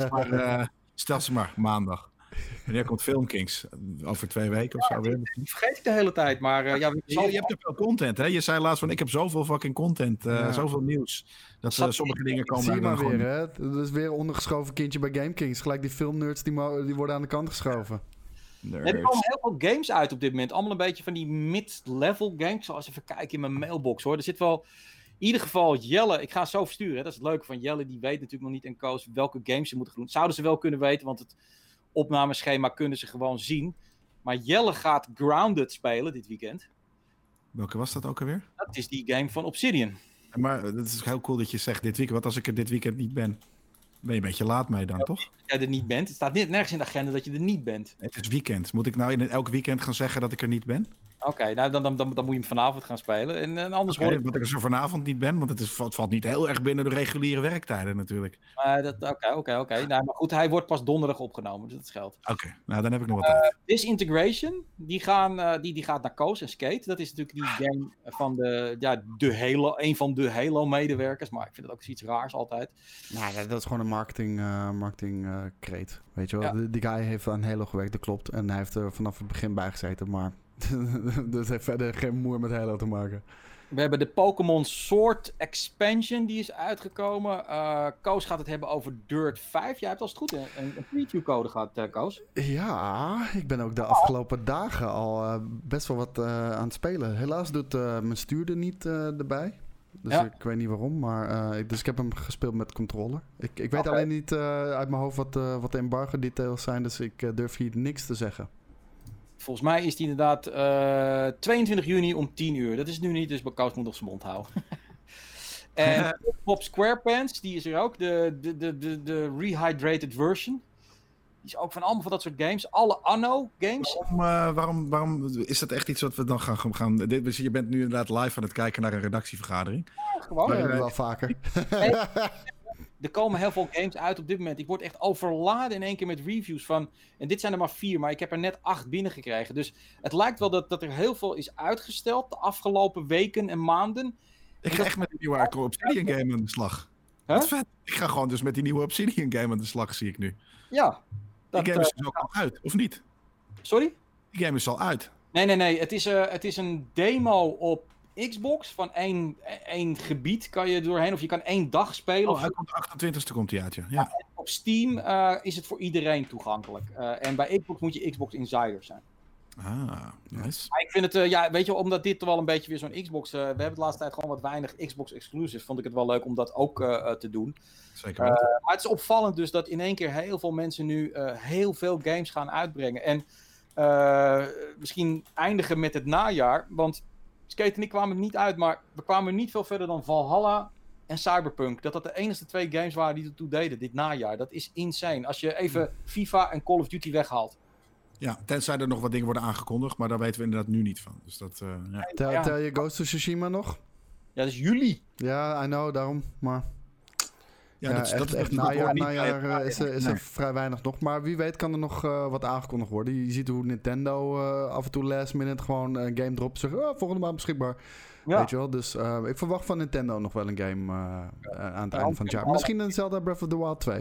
stel ze maar maandag. Wanneer komt Filmkings? Over 2 weken of zo weer? Die vergeet ik de hele tijd, maar... je hebt er veel content, hè? Je zei laatst van, ik heb zoveel fucking content, zoveel nieuws. Dat sommige dingen komen... Zie je maar weer, hè? Dat is weer een ondergeschoven kindje bij GameKings. Gelijk die filmnerds, die worden aan de kant geschoven. Er komen heel veel games uit op dit moment. Allemaal een beetje van die mid-level games. Ik zal eens even kijken in mijn mailbox, hoor. Er zit wel... In ieder geval, Jelle, ik ga het zo versturen. Hè? Dat is het leuke van Jelle. Die weet natuurlijk nog niet en Koos welke games ze moeten doen. Zouden ze wel kunnen weten, want het opnameschema kunnen ze gewoon zien. Maar Jelle gaat Grounded spelen dit weekend. Welke was dat ook alweer? Dat is die game van Obsidian. Maar het is heel cool dat je zegt dit weekend. Wat als ik er dit weekend niet ben? Ben je een beetje laat mee dan, toch? Als jij er niet bent. Het staat nergens in de agenda dat je er niet bent. Het is weekend. Moet ik nou in elk weekend gaan zeggen dat ik er niet ben? Oké, nou dan moet je hem vanavond gaan spelen. En anders hoor ik... Dat ik er zo vanavond niet ben, want het valt niet heel erg binnen de reguliere werktijden natuurlijk. Oké. Nou, maar goed, hij wordt pas donderdag opgenomen, dus dat scheelt. Oké, nou dan heb ik nog wat tijd. Disintegration, die gaat naar Koos en Skate. Dat is natuurlijk die game van een van de Halo-medewerkers. Maar ik vind het ook iets raars altijd. Nou, dat is gewoon een marketing weet je wel. Ja. Die guy heeft aan Halo gewerkt, dat klopt. En hij heeft er vanaf het begin bij gezeten, maar... dat heeft verder geen moer met Halo te maken. We hebben de Pokémon Sword Expansion, die is uitgekomen. Koos gaat het hebben over Dirt 5. Jij hebt als het goed een preview code gehad, Koos. Ja, ik ben ook de afgelopen dagen al best wel wat aan het spelen. Helaas doet mijn stuurder niet erbij. Dus ik weet niet waarom, maar dus ik heb hem gespeeld met controller. Ik weet alleen niet uit mijn hoofd wat de embargo details zijn, dus ik durf hier niks te zeggen. Volgens mij is die inderdaad 22 juni om 10 uur. Dat is nu niet, dus Koos moet nog zijn mond houden. En Bob SquarePants, die is er ook. De rehydrated version. Die is ook van allemaal van dat soort games. Alle Anno games. Waarom is dat echt iets wat we dan gaan... Je bent nu inderdaad live aan het kijken naar een redactievergadering. Ja, gewoon. Dat wel vaker. Er komen heel veel games uit op dit moment. Ik word echt overladen in één keer met reviews van... En dit zijn er maar 4, maar ik heb er net 8 binnengekregen. Dus het lijkt wel dat er heel veel is uitgesteld de afgelopen weken en maanden. Ik ga echt met die nieuwe Obsidian game aan de slag. Wat vet. Ik ga gewoon dus met die nieuwe Obsidian game aan de slag, zie ik nu. Ja. Die game is dus ook al uit, of niet? Sorry? Die game is al uit. Nee. Het is een demo op Xbox van één gebied kan je doorheen. Of je kan 1 dag spelen. Oh, hij komt 28e komt hij uit, ja. Op Steam is het voor iedereen toegankelijk. En bij Xbox moet je Xbox Insider zijn. Ah, nice. Maar ik vind het, weet je, omdat dit wel een beetje weer zo'n Xbox... we hebben de laatste tijd gewoon wat weinig Xbox exclusives. Vond ik het wel leuk om dat ook te doen. Zeker weten. Maar het is opvallend dus dat in één keer heel veel mensen nu heel veel games gaan uitbrengen. En misschien eindigen met het najaar. Want Skate en ik kwamen er niet uit, maar we kwamen niet veel verder dan Valhalla en Cyberpunk. Dat de enige 2 games waren die ertoe deden dit najaar. Dat is insane. Als je even FIFA en Call of Duty weghaalt. Ja, tenzij er nog wat dingen worden aangekondigd, maar daar weten we inderdaad nu niet van. Dus dat, ja. Tel je Ghost of Tsushima nog? Ja, dat is juli. Ja, I know, daarom. Maar dat najaar is er vrij weinig nog. Maar wie weet kan er nog wat aangekondigd worden. Je ziet hoe Nintendo af en toe last minute gewoon een game dropt. Zeggen, volgende maand beschikbaar. Ja. Weet je wel? Dus ik verwacht van Nintendo nog wel een game aan het einde van het jaar. Misschien een Zelda Breath of the Wild 2.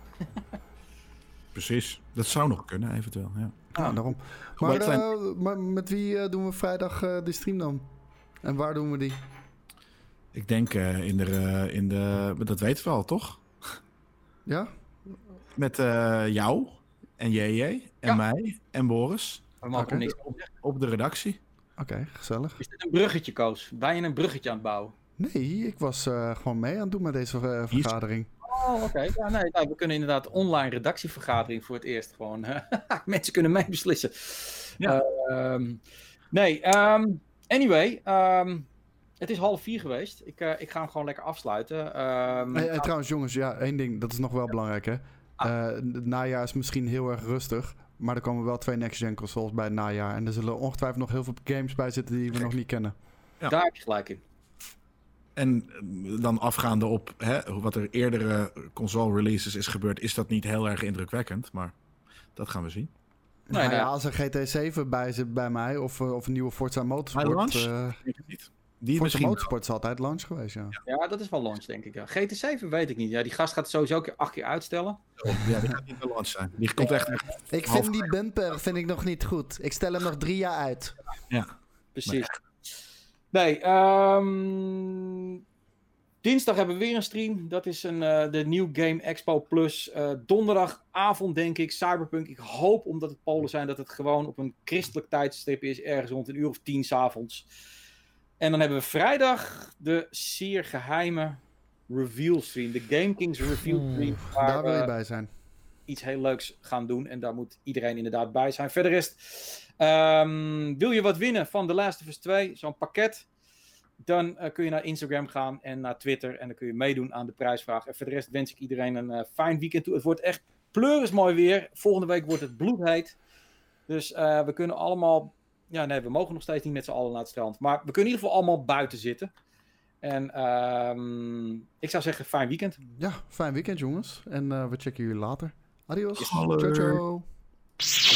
Precies. Dat zou nog kunnen, eventueel. Ja, daarom. Maar met wie doen we vrijdag de stream dan? En waar doen we die? Ik denk in de... Dat weten we al, toch? Ja? Met jou en JJ en mij en Boris. We mogen niks op de redactie. Oké, gezellig. Is dit een bruggetje, Koos? Ben je een bruggetje aan het bouwen? Nee, ik was gewoon mee aan het doen met deze vergadering. Oh, oké. Ja, nee, we kunnen inderdaad online redactievergadering voor het eerst gewoon. Mensen kunnen meebeslissen. Ja. Anyway, het is 3:30 geweest. Ik ga hem gewoon lekker afsluiten. Trouwens, jongens, ja, 1 ding, dat is nog wel belangrijk, hè. Het najaar is misschien heel erg rustig, maar er komen wel 2 next-gen consoles bij het najaar. En er zullen ongetwijfeld nog heel veel games bij zitten die we nog niet kennen. Ja. Daar heb je gelijk in. En dan afgaande op wat er eerdere console releases is gebeurd, is dat niet heel erg indrukwekkend, maar dat gaan we zien. Als er GT 7 bij zit bij mij, of een nieuwe Forza Motorsport. Denk ik niet. Forza Motorsport is altijd launch geweest, ja. Ja, dat is wel launch, denk ik. Ja. GT 7 weet ik niet. Ja, die gast gaat het sowieso ook 8 keer uitstellen. Ja, die gaat niet wel launch zijn. Die komt echt... Ik vind die bumper nog niet goed. Ik stel hem nog 3 jaar uit. Ja. Precies. Nee, dinsdag hebben we weer een stream. Dat is de New Game Expo Plus. Donderdagavond, denk ik, Cyberpunk. Ik hoop, omdat het Polen zijn, dat het gewoon op een christelijk tijdstip is. Ergens rond 1:10 's avonds. En dan hebben we vrijdag de zeer geheime reveal stream. De Game Kings reveal stream. Daar wil je bij zijn. Iets heel leuks gaan doen. En daar moet iedereen inderdaad bij zijn. Verder is wil je wat winnen van The Last of Us 2, zo'n pakket, dan kun je naar Instagram gaan en naar Twitter en dan kun je meedoen aan de prijsvraag. En voor de rest wens ik iedereen een fijn weekend toe. Het wordt echt pleurismooi weer. Volgende week wordt het bloedheet. Dus we kunnen allemaal... Ja, nee, we mogen nog steeds niet met z'n allen naar het strand. Maar we kunnen in ieder geval allemaal buiten zitten. En ik zou zeggen, fijn weekend. Ja, fijn weekend jongens. En we checken jullie later. Adios. Ciao, ciao.